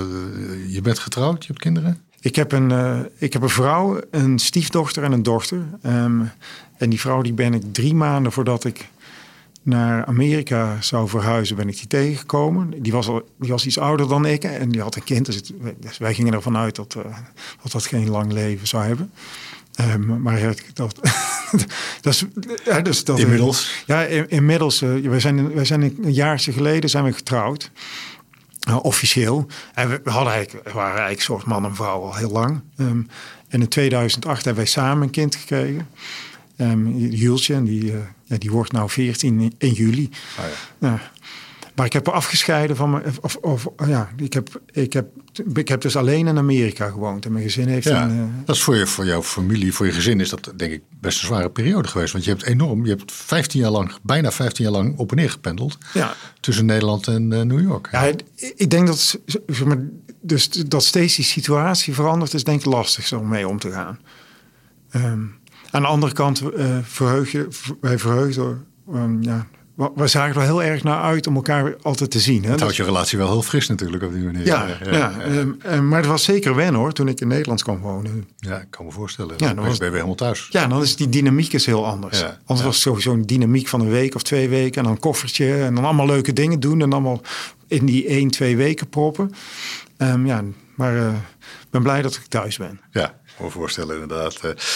S3: je bent getrouwd, je hebt kinderen?
S2: Ik heb een, uh, ik heb een vrouw, een stiefdochter en een dochter. Um, en die vrouw die ben ik drie maanden voordat ik naar Amerika zou verhuizen, ben ik die tegengekomen. Die was, al, die was iets ouder dan ik en die had een kind. Dus, het, dus wij gingen ervan uit dat, uh, dat dat geen lang leven zou hebben. Um, maar ja, dat, dat is... Ja, dus dat,
S3: inmiddels?
S2: Ja, in, inmiddels. Uh, wij zijn, wij zijn een jaartje geleden zijn we getrouwd. Uh, officieel. En we, we, hadden eigenlijk, we waren eigenlijk een soort man en vrouw al heel lang. Um, en in tweeduizend acht hebben wij samen een kind gekregen. Um, Jultje, en die, uh, ja, die wordt nou veertien in, in juli. Oh ja. Uh, maar ik heb er afgescheiden van me. Of, of, ja, ik heb, ik, heb, ik heb dus alleen in Amerika gewoond. En mijn gezin heeft...
S3: Ja,
S2: een, uh,
S3: dat is voor, je, voor jouw familie, voor je gezin is dat denk ik best een zware periode geweest. Want je hebt enorm, je hebt vijftien jaar lang, bijna vijftien jaar lang op en neer gependeld. Ja. Tussen Nederland en uh, New York.
S2: Ja, ik denk dat, zeg maar, dus dat steeds die situatie verandert, is denk ik lastig om mee om te gaan. Um, aan de andere kant uh, verheug je, wij verheugden um, ja, we, we zagen er wel heel erg naar uit om elkaar altijd te zien. Hè?
S3: Het houdt je relatie wel heel fris natuurlijk op die manier.
S2: Ja, ja, ja, ja. Um, um, maar het was zeker wennen hoor, toen ik in Nederland kwam wonen.
S3: Ja, ik kan me voorstellen.
S2: Ja,
S3: dan
S2: dan
S3: ben
S2: was,
S3: je weer helemaal thuis.
S2: Ja, dan is die dynamiek is heel anders.
S3: Ja,
S2: Anders
S3: ja.
S2: was het sowieso een dynamiek van een week of twee weken. En dan een koffertje en dan allemaal leuke dingen doen. En allemaal in die één, twee weken proppen. Um, ja, maar ik uh, ben blij dat ik thuis ben.
S3: Ja. Me voorstellen inderdaad.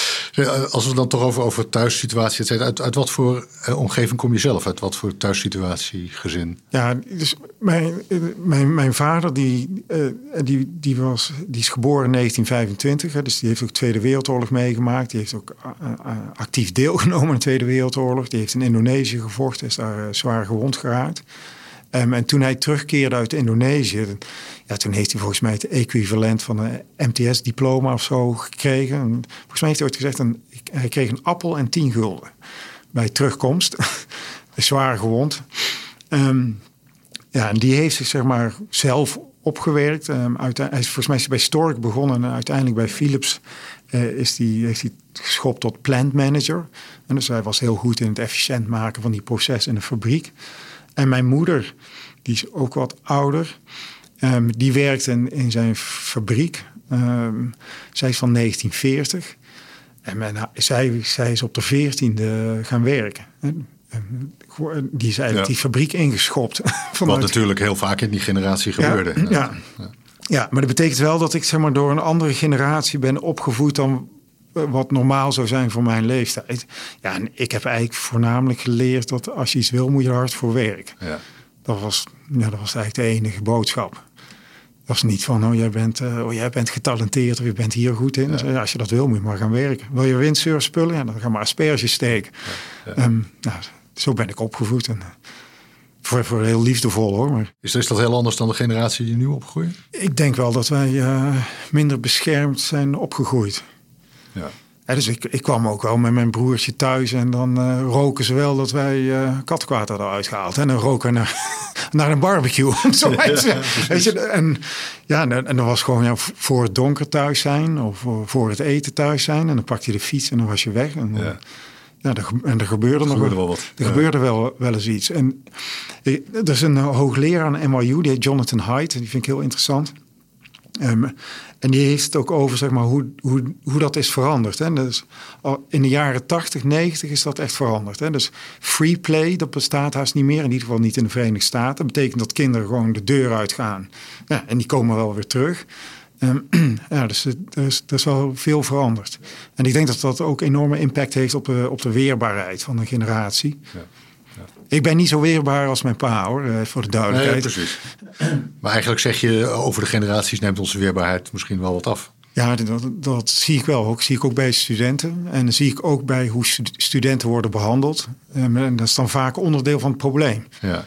S3: Als we dan toch over, over thuissituatie, et cetera, uit, uit wat voor uh, omgeving kom je zelf? Uit wat voor thuissituatie, gezin?
S2: Ja, dus mijn, mijn, mijn vader die, uh, die, die, was, die is geboren in negentien vijfentwintig. Hè, dus die heeft ook de Tweede Wereldoorlog meegemaakt. Die heeft ook uh, uh, actief deelgenomen aan de Tweede Wereldoorlog. Die heeft in Indonesië gevochten, is daar uh, zwaar gewond geraakt. Um, en toen hij terugkeerde uit Indonesië, ja, toen heeft hij volgens mij het equivalent van een M T S-diploma of zo gekregen. En volgens mij heeft hij ooit gezegd, een, hij kreeg een appel en tien gulden bij terugkomst. Zwaar gewond. Um, ja, en die heeft zich zeg maar zelf opgewerkt. Um, hij is volgens mij is hij bij Stork begonnen en uiteindelijk bij Philips uh, is die, heeft hij geschopt tot plant manager. En dus hij was heel goed in het efficiënt maken van die processen in de fabriek. En mijn moeder, die is ook wat ouder, um, die werkt in, in zijn fabriek. Um, zij is van negentien veertig. En men, zij, zij is op de veertiende gaan werken. En, en, die is eigenlijk ja. die fabriek ingeschopt.
S3: Wat natuurlijk heel vaak in die generatie gebeurde.
S2: Ja, ja. Ja. ja, maar dat betekent wel dat ik zeg maar, door een andere generatie ben opgevoed dan wat normaal zou zijn voor mijn leeftijd. Ja, en ik heb eigenlijk voornamelijk geleerd dat als je iets wil, moet je er hard voor werken. Ja. Dat was, ja, dat was eigenlijk de enige boodschap. Dat was niet van, oh jij bent, uh, oh, jij bent getalenteerd of je bent hier goed in. Ja. Dus, ja, als je dat wil, moet je maar gaan werken. Wil je windsurf spullen? Ja, dan ga maar asperges steken. Ja. Ja. Um, nou, zo ben ik opgevoed. En, uh, voor, voor heel liefdevol hoor. Maar
S3: is, is dat heel anders dan de generatie die nu opgroeit?
S2: Ik denk wel dat wij uh, minder beschermd zijn opgegroeid.
S3: Ja.
S2: Ja, dus ik, ik kwam ook wel met mijn broertje thuis en dan uh, roken ze wel dat wij uh, kattenkwaad hadden uitgehaald. En dan roken naar, naar een barbecue. Zo ja, ja, weet je, en ja, en dan was gewoon ja, voor het donker thuis zijn of voor het eten thuis zijn. En dan pakte je de fiets en dan was je weg. En, ja. Ja, er, en er gebeurde
S3: er
S2: nog
S3: gebeurde wel wat.
S2: Er
S3: ja.
S2: gebeurde wel, wel eens iets. En er is een hoogleraar aan N Y U, die heet Jonathan Haidt. Die vind ik heel interessant. Um, en die heeft het ook over zeg maar, hoe, hoe, hoe dat is veranderd. Hè. Dus in de jaren tachtig, negentig is dat echt veranderd. Hè. Dus free play, dat bestaat haast niet meer. In ieder geval niet in de Verenigde Staten. Dat betekent dat kinderen gewoon de deur uitgaan. Ja, en die komen wel weer terug. Um, ja, dus er is, er is wel veel veranderd. En ik denk dat dat ook enorme impact heeft op de, op de weerbaarheid van een generatie. Ja. Ja. Ik ben niet zo weerbaar als mijn pa, hoor, voor de duidelijkheid.
S3: Nee, precies. Maar eigenlijk zeg je, over de generaties neemt onze weerbaarheid misschien wel wat af.
S2: Ja, dat, dat zie ik wel. Ook zie ik ook bij studenten. En dan zie ik ook bij hoe studenten worden behandeld. En dat is dan vaak onderdeel van het probleem.
S3: Ja.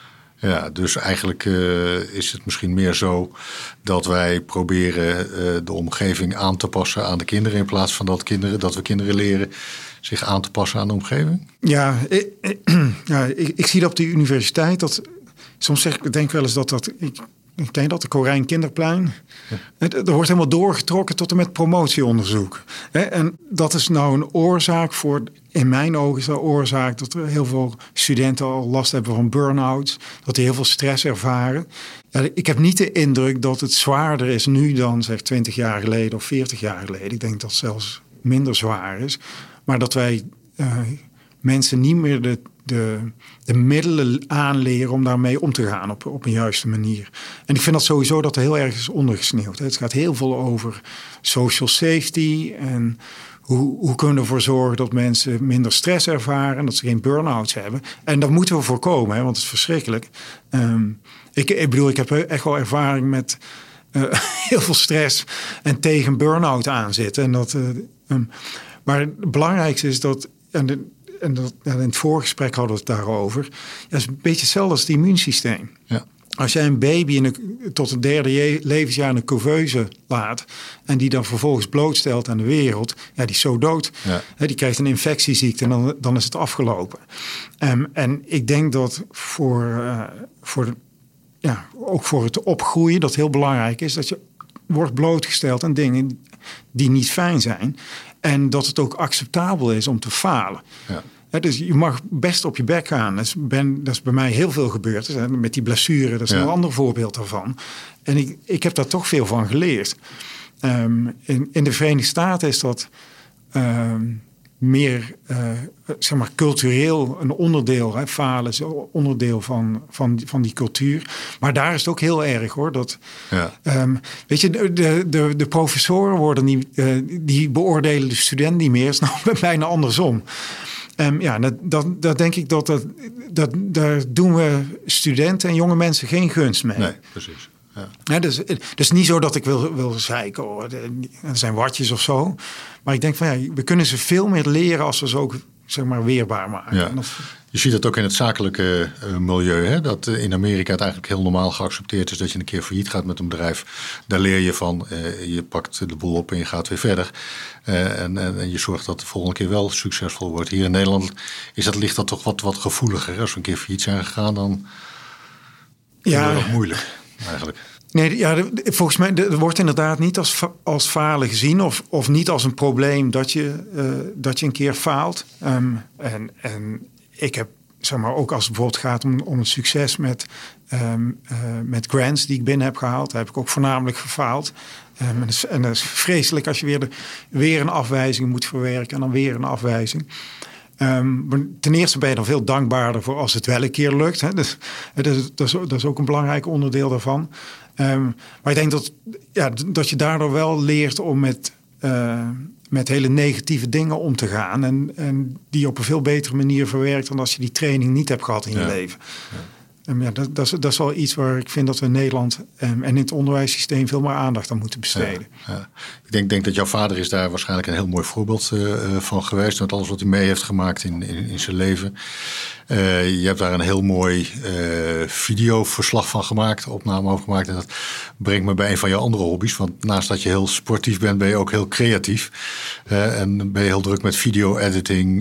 S3: Ja, dus eigenlijk uh, is het misschien meer zo dat wij proberen uh, de omgeving aan te passen aan de kinderen, in plaats van dat, kinderen, dat we kinderen leren zich aan te passen aan de omgeving?
S2: Ja, ik, ja, ik, ik zie dat op de universiteit. Dat, soms zeg ik, denk wel eens dat dat... Ik, ik denk dat de Corijn Kinderplein... Ja. Er wordt helemaal doorgetrokken tot en met promotieonderzoek. En dat is nou een oorzaak voor... In mijn ogen is dat oorzaak dat er heel veel studenten al last hebben van burn-outs. Dat die heel veel stress ervaren. Ja, ik heb niet de indruk dat het zwaarder is nu dan zeg twintig jaar geleden of veertig jaar geleden. Ik denk dat het zelfs minder zwaar is. Maar dat wij uh, mensen niet meer de... De, de middelen aanleren om daarmee om te gaan op, op een juiste manier. En ik vind dat sowieso dat er heel erg is ondergesneeuwd. Het gaat heel veel over social safety en hoe, hoe kunnen we ervoor zorgen dat mensen minder stress ervaren, dat ze geen burn-outs hebben. En dat moeten we voorkomen, hè, want het is verschrikkelijk. Um, ik, ik bedoel, ik heb echt wel ervaring met uh, heel veel stress en tegen burn-out aanzitten. En dat, uh, um, maar het belangrijkste is dat... En de, En dat, in het voorgesprek hadden we het daarover. Ja, dat is een beetje hetzelfde als het immuunsysteem. Ja. Als jij een baby in een, tot het derde je, levensjaar in een couveuse laat... en die dan vervolgens blootstelt aan de wereld... ja, die is zo dood. Ja. He, die krijgt een infectieziekte en dan, dan is het afgelopen. Um, en ik denk dat voor, uh, voor, ja, ook voor het opgroeien... dat heel belangrijk is dat je wordt blootgesteld aan dingen... die niet fijn zijn... En dat het ook acceptabel is om te falen. Ja. He, dus je mag best op je bek gaan. Dat is, ben, dat is bij mij heel veel gebeurd. Dus, met die blessure, dat is ja. een ander voorbeeld daarvan. En ik, ik heb daar toch veel van geleerd. Um, in, in de Verenigde Staten is dat um, meer uh, zeg maar cultureel een onderdeel. Hè, falen is een onderdeel van, van, van die cultuur. Maar daar is het ook heel erg hoor. Dat, ja. um, weet je, de, de, de professoren worden niet, uh, die beoordelen de student niet meer. Het is nou bijna andersom. Um, ja, dat, dat, dat denk ik dat, dat, dat daar doen we studenten en jonge mensen geen gunst mee.
S3: Nee, precies. Ja.
S2: Ja, dus, dus niet zo dat ik wil, wil zeiken, oh, er zijn watjes of zo. Maar ik denk van ja, we kunnen ze veel meer leren als we ze ook zeg maar weerbaar maken.
S3: Ja.
S2: Dat...
S3: Je ziet dat ook in het zakelijke uh, milieu. Hè? Dat uh, in Amerika het eigenlijk heel normaal geaccepteerd is dat je een keer failliet gaat met een bedrijf. Daar leer je van. Uh, je pakt de boel op en je gaat weer verder. Uh, en, en, en je zorgt dat de volgende keer wel succesvol wordt. Hier in Nederland is dat, ligt dat toch wat, wat gevoeliger. Als we een keer failliet zijn gegaan, dan
S2: ja.
S3: is het nog moeilijk eigenlijk.
S2: Nee, ja, volgens mij er wordt inderdaad niet als, als falen gezien of, of niet als een probleem dat je, uh, dat je een keer faalt. Um, en, en ik heb, zeg maar, ook als het bijvoorbeeld gaat om, om een succes met, um, uh, met grants die ik binnen heb gehaald, daar heb ik ook voornamelijk gefaald. Um, en, dat is, en dat is vreselijk als je weer, de, weer een afwijzing moet verwerken en dan weer een afwijzing. Um, ten eerste ben je dan veel dankbaarder voor als het wel een keer lukt. Hè. Dus, dat, is, dat, is, dat is ook een belangrijk onderdeel daarvan. Um, maar ik denk dat, ja, dat je daardoor wel leert om met, uh, met hele negatieve dingen om te gaan. En, en die op een veel betere manier verwerkt dan als je die training niet hebt gehad in je ja. leven. Ja. Um, ja, dat, dat, is, dat is wel iets waar ik vind dat we in Nederland um, en in het onderwijssysteem veel meer aandacht aan moeten besteden.
S3: Ja, ja. Ik denk, denk dat jouw vader is daar waarschijnlijk een heel mooi voorbeeld uh, van geweest. Met alles wat hij mee heeft gemaakt in, in, in zijn leven. Uh, je hebt daar een heel mooi uh, videoverslag van gemaakt, opname over gemaakt. En dat brengt me bij een van je andere hobby's. Want naast dat je heel sportief bent, ben je ook heel creatief. Uh, en ben je heel druk met video-editing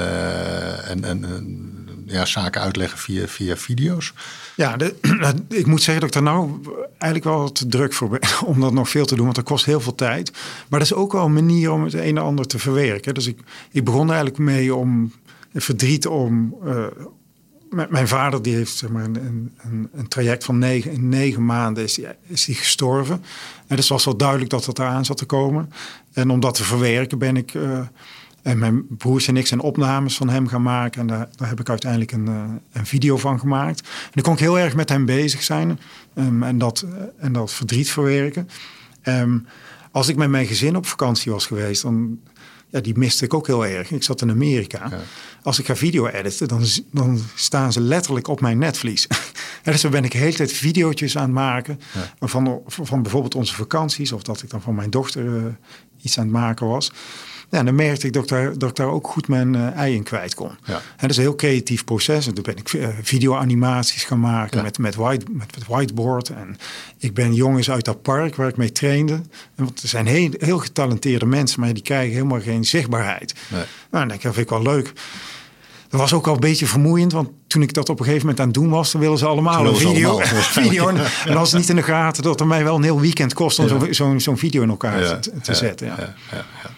S3: uh, en... en ja, zaken uitleggen via, via video's.
S2: Ja, de, ik moet zeggen dat ik daar nou eigenlijk wel te druk voor ben om dat nog veel te doen, want dat kost heel veel tijd. Maar dat is ook wel een manier om het een en ander te verwerken. Dus ik, ik begon eigenlijk mee om verdriet om... Uh, mijn vader die heeft zeg maar, een, een, een traject van negen, in negen maanden is die, is die gestorven. En dus was wel duidelijk dat het eraan zat te komen. En om dat te verwerken ben ik... Uh, En mijn broers en ik zijn opnames van hem gaan maken. En daar, daar heb ik uiteindelijk een, uh, een video van gemaakt. En dan kon ik heel erg met hem bezig zijn. Um, en, dat, uh, en dat verdriet verwerken. Um, als ik met mijn gezin op vakantie was geweest... dan ja, die miste ik ook heel erg. Ik zat in Amerika. Ja. Als ik ga video editen, dan, dan staan ze letterlijk op mijn netvlies. En dus dan ben ik de hele tijd video's aan het maken. Ja. Van, van bijvoorbeeld onze vakanties. Of dat ik dan van mijn dochter uh, iets aan het maken was. Ja, en dan merkte ik dat ik daar, dat ik daar ook goed mijn uh, ei in kwijt kon. Ja. En dat is een heel creatief proces. En toen ben ik uh, video-animaties gaan maken ja. met, met, white, met, met whiteboard. En ik ben jongens uit dat park waar ik mee trainde. En want er zijn heel, heel getalenteerde mensen, maar die krijgen helemaal geen zichtbaarheid. Nee. Nou, dat vind ik wel leuk. Dat was ook al een beetje vermoeiend, want toen ik dat op een gegeven moment aan het doen was, dan willen ze allemaal een video. Allemaal. video en, en als het niet in de gaten dat het mij wel een heel weekend kost om ja. zo'n zo, zo'n video in elkaar ja. te, te ja. zetten. Ja. Ja. Ja. Ja.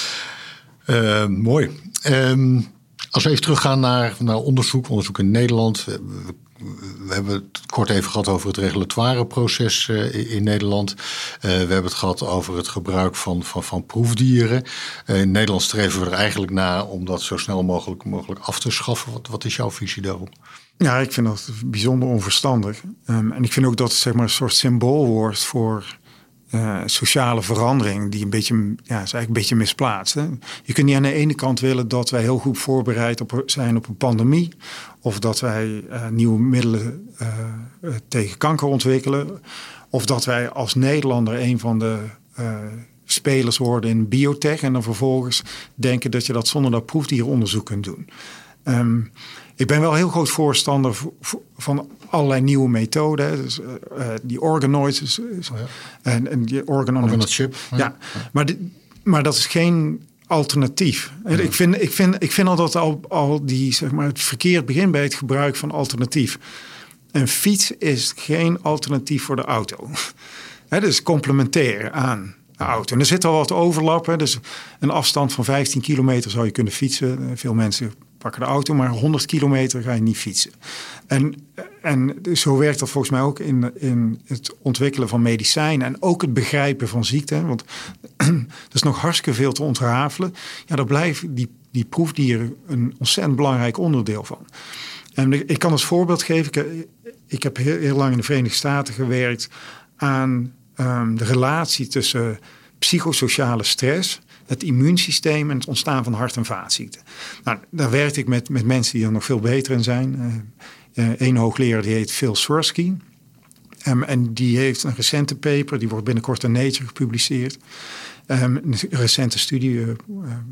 S3: Uh, mooi. Um, als we even teruggaan naar, naar onderzoek, onderzoek in Nederland. We, we hebben het kort even gehad over het regulatoire proces uh, in Nederland. Uh, we hebben het gehad over het gebruik van, van, van proefdieren. Uh, in Nederland streven we er eigenlijk naar om dat zo snel mogelijk, mogelijk af te schaffen. Wat, wat is jouw visie daarop?
S2: Ja, ik vind dat bijzonder onverstandig. Um, en ik vind ook dat het zeg maar, een soort symbool wordt voor... Uh, sociale verandering die een beetje, ja, is eigenlijk een beetje misplaatst. Hè? Je kunt niet aan de ene kant willen dat wij heel goed voorbereid op, zijn op een pandemie, of dat wij uh, nieuwe middelen uh, uh, tegen kanker ontwikkelen, of dat wij als Nederlander een van de uh, spelers worden in biotech en dan vervolgens denken dat je dat zonder dat proefdieronderzoek kunt doen. Um, ik ben wel heel groot voorstander van allerlei nieuwe methoden. Hè. Dus, uh, die organoids. Dus, oh ja. en, en die organoids.
S3: chip.
S2: Ja, ja. Maar, die, maar dat is geen alternatief. Ja. Ik, vind, ik, vind, ik vind al dat al, al die, zeg maar, het verkeerd begint bij het gebruik van alternatief. Een fiets is geen alternatief voor de auto. Hè, dus complementair aan de auto. En er zit al wat overlap. Hè. Dus een afstand van vijftien kilometer zou je kunnen fietsen. Veel mensen pakken de auto, maar honderd kilometer ga je niet fietsen. En, en zo werkt dat volgens mij ook in, in het ontwikkelen van medicijnen en ook het begrijpen van ziekte. Want er is nog hartstikke veel te ontrafelen. Ja, daar blijven die, die proefdieren een ontzettend belangrijk onderdeel van. En ik kan als voorbeeld geven, ik, ik heb heel, heel lang in de Verenigde Staten gewerkt aan um, de relatie tussen psychosociale stress, het immuunsysteem en het ontstaan van hart- en vaatziekten. Nou, daar werkte ik met, met mensen die er nog veel beter in zijn. Eén uh, uh, hoogleraar die heet Phil Swirsky. Um, en die heeft een recente paper, die wordt binnenkort in Nature gepubliceerd. Um, een recente studie uh, uh,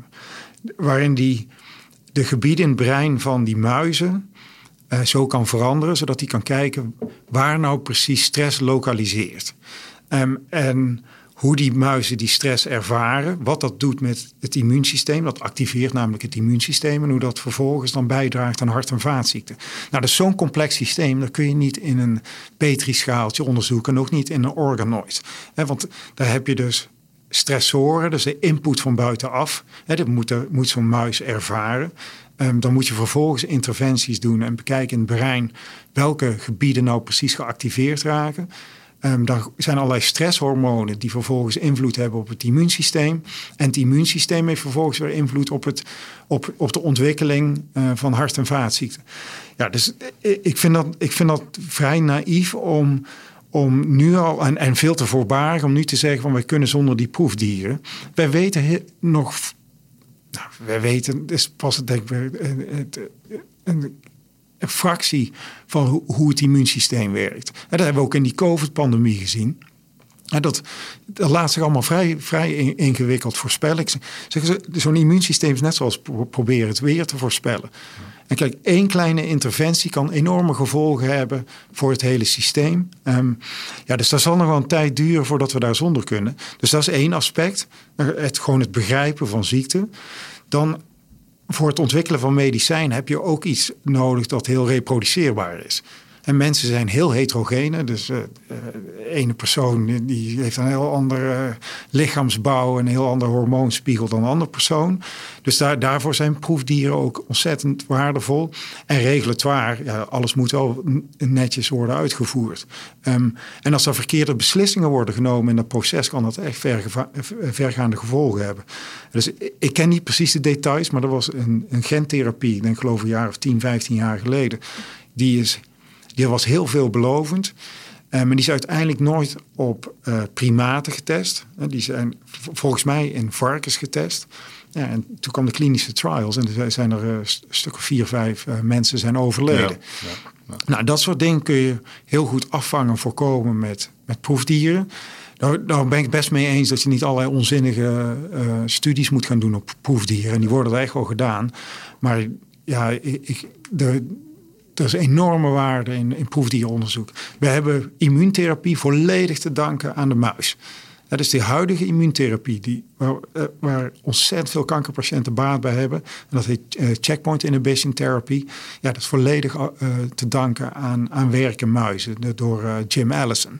S2: waarin die de gebieden in het brein van die muizen uh, zo kan veranderen, zodat hij kan kijken waar nou precies stress lokaliseert. Um, en hoe die muizen die stress ervaren, wat dat doet met het immuunsysteem. Dat activeert namelijk het immuunsysteem en hoe dat vervolgens dan bijdraagt aan hart- en vaatziekten. Nou, dat is zo'n complex systeem, dat kun je niet in een petrischaaltje onderzoeken en ook niet in een organoid. He, want daar heb je dus stressoren, dus de input van buitenaf. He, dat moet, er, moet zo'n muis ervaren. Um, dan moet je vervolgens interventies doen en bekijken in het brein welke gebieden nou precies geactiveerd raken. Um, dan zijn allerlei stresshormonen die vervolgens invloed hebben op het immuunsysteem. En het immuunsysteem heeft vervolgens weer invloed op, het, op, op de ontwikkeling uh, van hart- en vaatziekten. Ja, dus ik vind dat, ik vind dat vrij naïef om, om nu al, en, en veel te voorbarig, om nu te zeggen van wij kunnen zonder die proefdieren. Wij weten he, nog, nou, wij weten, dus pas het denk ik, het, een, een fractie van hoe, hoe het immuunsysteem werkt. En dat hebben we ook in die COVID-pandemie gezien. En dat, dat laat zich allemaal vrij, vrij ingewikkeld voorspellen. Zo'n immuunsysteem is net zoals proberen het weer te voorspellen. En kijk, één kleine interventie kan enorme gevolgen hebben voor het hele systeem. Um, ja, dus dat zal nog wel een tijd duren voordat we daar zonder kunnen. Dus dat is één aspect. Het, gewoon het begrijpen van ziekte. Dan voor het ontwikkelen van medicijnen heb je ook iets nodig dat heel reproduceerbaar is. En mensen zijn heel heterogene. Dus uh, uh, ene persoon die heeft een heel andere uh, lichaamsbouw en een heel andere hormoonspiegel dan een andere persoon. Dus daar, daarvoor zijn proefdieren ook ontzettend waardevol. En regulatoire, ja, alles moet wel netjes worden uitgevoerd. Um, en als er verkeerde beslissingen worden genomen in dat proces, kan dat echt vergeva- vergaande gevolgen hebben. Dus ik ken niet precies de details, maar er was een, een gentherapie, ik denk geloof een jaar of tien, vijftien jaar geleden. Die is Die was heel veelbelovend. Uh, maar die is uiteindelijk nooit op uh, primaten getest. Uh, die zijn v- volgens mij in varkens getest. Ja, en toen kwam de klinische trials. En er zijn er uh, een stuk of vier, vijf uh, mensen zijn overleden. Ja, ja, ja. Nou, dat soort dingen kun je heel goed afvangen, voorkomen met, met proefdieren. Daar, daar ben ik best mee eens dat je niet allerlei onzinnige uh, studies moet gaan doen op proefdieren. En die worden er echt wel gedaan. Maar ja, ik... ik de, Er is enorme waarde in, in proefdieronderzoek. We hebben immuuntherapie volledig te danken aan de muis. Dat is de huidige immuuntherapie die, waar, waar ontzettend veel kankerpatiënten baat bij hebben. En dat heet uh, checkpoint inhibition therapy. Ja, dat is volledig uh, te danken aan, aan werk in muizen door uh, Jim Allison.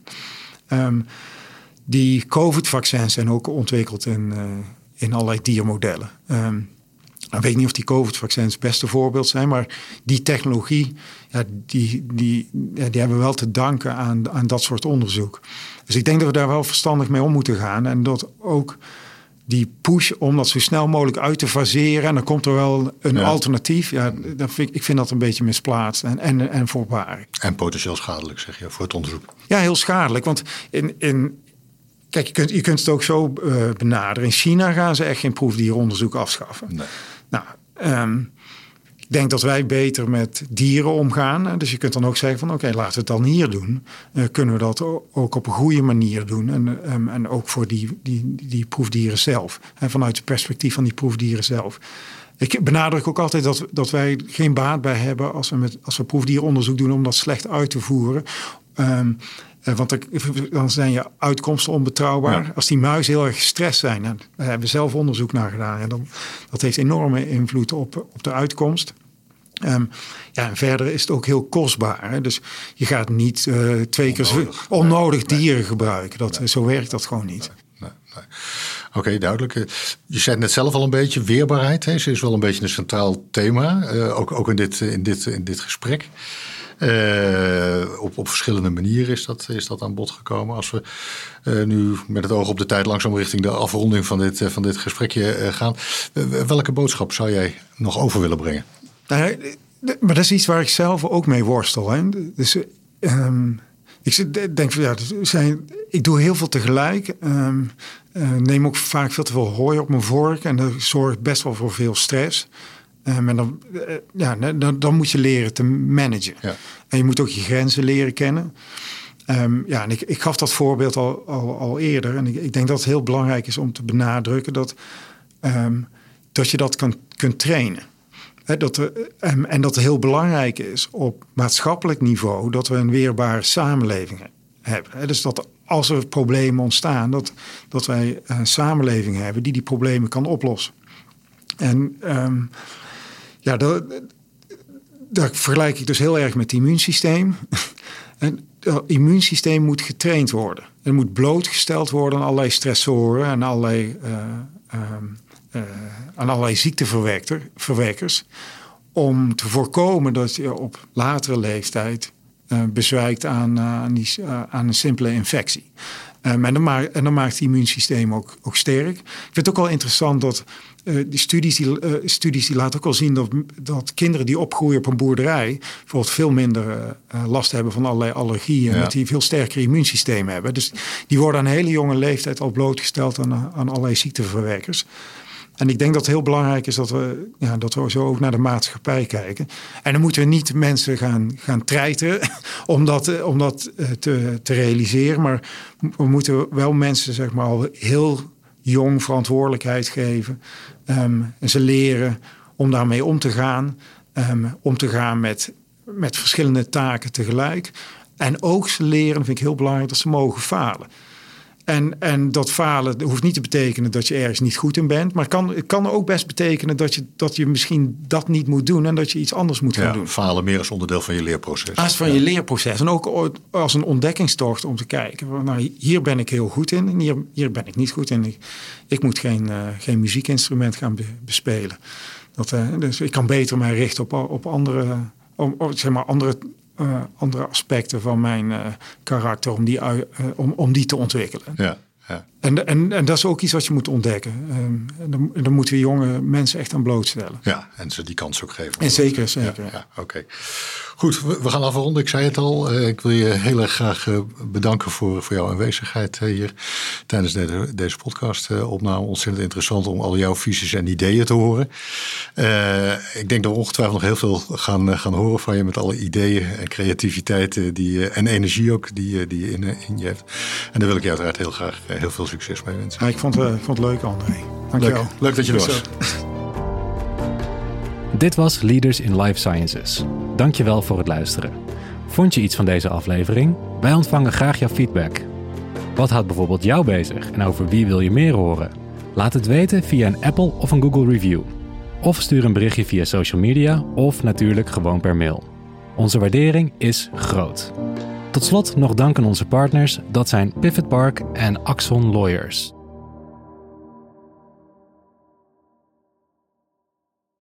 S2: Um, die COVID-vaccins zijn ook ontwikkeld in, uh, in allerlei diermodellen. Um, Ik weet niet of die COVID-vaccins het beste voorbeeld zijn, maar die technologie, ja, die, die, ja, die hebben we wel te danken aan, aan dat soort onderzoek. Dus ik denk dat we daar wel verstandig mee om moeten gaan. En dat ook die push om dat zo snel mogelijk uit te faseren, en dan komt er wel een ja. alternatief. Ja, dan vind ik, ik vind dat een beetje misplaatst en, en, en voorbarig.
S3: En potentieel schadelijk, zeg je, voor het onderzoek.
S2: Ja, heel schadelijk, want in... in Kijk, je kunt, je kunt het ook zo uh, benaderen. In China gaan ze echt geen proefdieronderzoek afschaffen. Nee. Nou, um, ik denk dat wij beter met dieren omgaan. Dus je kunt dan ook zeggen van oké, okay, laten we het dan hier doen. Uh, kunnen we dat ook op een goede manier doen. En, um, en ook voor die, die, die proefdieren zelf. En vanuit het perspectief van die proefdieren zelf. Ik benadruk ook altijd dat, dat wij geen baat bij hebben als we, met, als we proefdieronderzoek doen om dat slecht uit te voeren. Um, Want dan zijn je uitkomsten onbetrouwbaar. Ja. Als die muizen heel erg gestrest zijn, daar hebben we zelf onderzoek naar gedaan. En dan, dat heeft enorme invloed op, op de uitkomst. Um, ja, en verder is het ook heel kostbaar. Hè? Dus je gaat niet uh, twee onnodig. keer onnodig dieren nee. gebruiken. Dat, nee. Zo werkt dat gewoon niet.
S3: Nee. Nee. Nee. Oké, okay, duidelijk. Je zei het net zelf al een beetje, weerbaarheid. Hè? Ze is wel een beetje een centraal thema, uh, ook, ook in, dit, in, dit, in dit gesprek. Uh, op, op verschillende manieren is dat, is dat aan bod gekomen. Als we uh, nu met het oog op de tijd langzaam richting de afronding van dit, uh, van dit gesprekje uh, gaan. Uh, welke boodschap zou jij nog over willen brengen?
S2: Nou, maar dat is iets waar ik zelf ook mee worstel. Hè? Dus, um, ik denk van ja, zijn, ik doe heel veel tegelijk. Um, uh, neem ook vaak veel te veel hooi op mijn vork. En dat zorgt best wel voor veel stress. Um, en dan, uh, ja, dan, dan moet je leren te managen. Ja. En je moet ook je grenzen leren kennen. Um, ja, en ik, ik gaf dat voorbeeld al, al, al eerder. En ik, ik denk dat het heel belangrijk is om te benadrukken dat, um, dat je dat kan, kunt trainen. He, dat er, um, en dat het heel belangrijk is op maatschappelijk niveau dat we een weerbare samenleving hebben. He, dus dat als er problemen ontstaan, dat, dat wij een samenleving hebben die die problemen kan oplossen. En um, ja, dat, dat vergelijk ik dus heel erg met het immuunsysteem. En het immuunsysteem moet getraind worden. Het moet blootgesteld worden aan allerlei stressoren en allerlei, uh, um, uh, aan allerlei ziekteverwekkers. Om te voorkomen dat je op latere leeftijd uh, bezwijkt aan, uh, aan, die, uh, aan een simpele infectie. Um, en, dan maakt, en dan maakt het immuunsysteem ook, ook sterk. Ik vind het ook wel interessant dat uh, die studies, die, uh, studies die laten ook al zien dat, dat kinderen die opgroeien op een boerderij bijvoorbeeld veel minder uh, last hebben van allerlei allergieën. En ja. dat die een veel sterker immuunsysteem hebben. Dus die worden aan een hele jonge leeftijd al blootgesteld aan, aan allerlei ziekteverwekkers. En ik denk dat het heel belangrijk is dat we, ja, dat we zo ook naar de maatschappij kijken. En dan moeten we niet mensen gaan, gaan treiteren om dat, om dat te, te realiseren. Maar we moeten wel mensen zeg maar, al heel jong verantwoordelijkheid geven. Um, en ze leren om daarmee om te gaan. Um, om te gaan met, met verschillende taken tegelijk. En ook ze leren, dat vind ik heel belangrijk, dat ze mogen falen. En, en dat falen hoeft niet te betekenen dat je ergens niet goed in bent. Maar het kan, het kan ook best betekenen dat je, dat je misschien dat niet moet doen. En dat je iets anders moet gaan ja, doen.
S3: Falen meer als onderdeel van je leerproces.
S2: Als van ja. je leerproces. En ook als een ontdekkingstocht om te kijken. Nou, hier ben ik heel goed in en hier, hier ben ik niet goed in. Ik, ik moet geen, uh, geen muziekinstrument gaan be, bespelen. Dat, uh, dus ik kan beter mij richten op, op andere, op, op, zeg maar andere... Uh, andere aspecten van mijn uh, karakter om die, uh, om, om die te ontwikkelen.
S3: Ja, ja.
S2: En, en, en dat is ook iets wat je moet ontdekken. Um, en dan, dan moeten we jonge mensen echt aan blootstellen.
S3: Ja, en ze die kans ook geven.
S2: En zeker, zeker.
S3: Ja, ja, Oké. Okay. Goed, we, we gaan afronden. Ik zei het al. Uh, ik wil je heel erg graag uh, bedanken voor, voor jouw aanwezigheid uh, hier tijdens de, deze podcast uh, opname. Ontzettend interessant om al jouw visies en ideeën te horen. Uh, ik denk dat we ongetwijfeld nog heel veel gaan, uh, gaan horen van je met alle ideeën en creativiteit uh, die, uh, en energie ook die, uh, die je in, uh, in je hebt. En daar wil ik je uiteraard heel graag uh, heel veel succes mee wensen.
S2: Ja, ik, vond, uh, ik vond het leuk, André. Dank je wel.
S3: Leuk, leuk dat je er was.
S1: Dit was Leaders in Life Sciences. Dank je wel voor het luisteren. Vond je iets van deze aflevering? Wij ontvangen graag jouw feedback. Wat houdt bijvoorbeeld jou bezig en over wie wil je meer horen? Laat het weten via een Apple of een Google review. Of stuur een berichtje via social media of natuurlijk gewoon per mail. Onze waardering is groot. Tot slot nog dank aan onze partners, dat zijn Pivot Park en Axon Lawyers.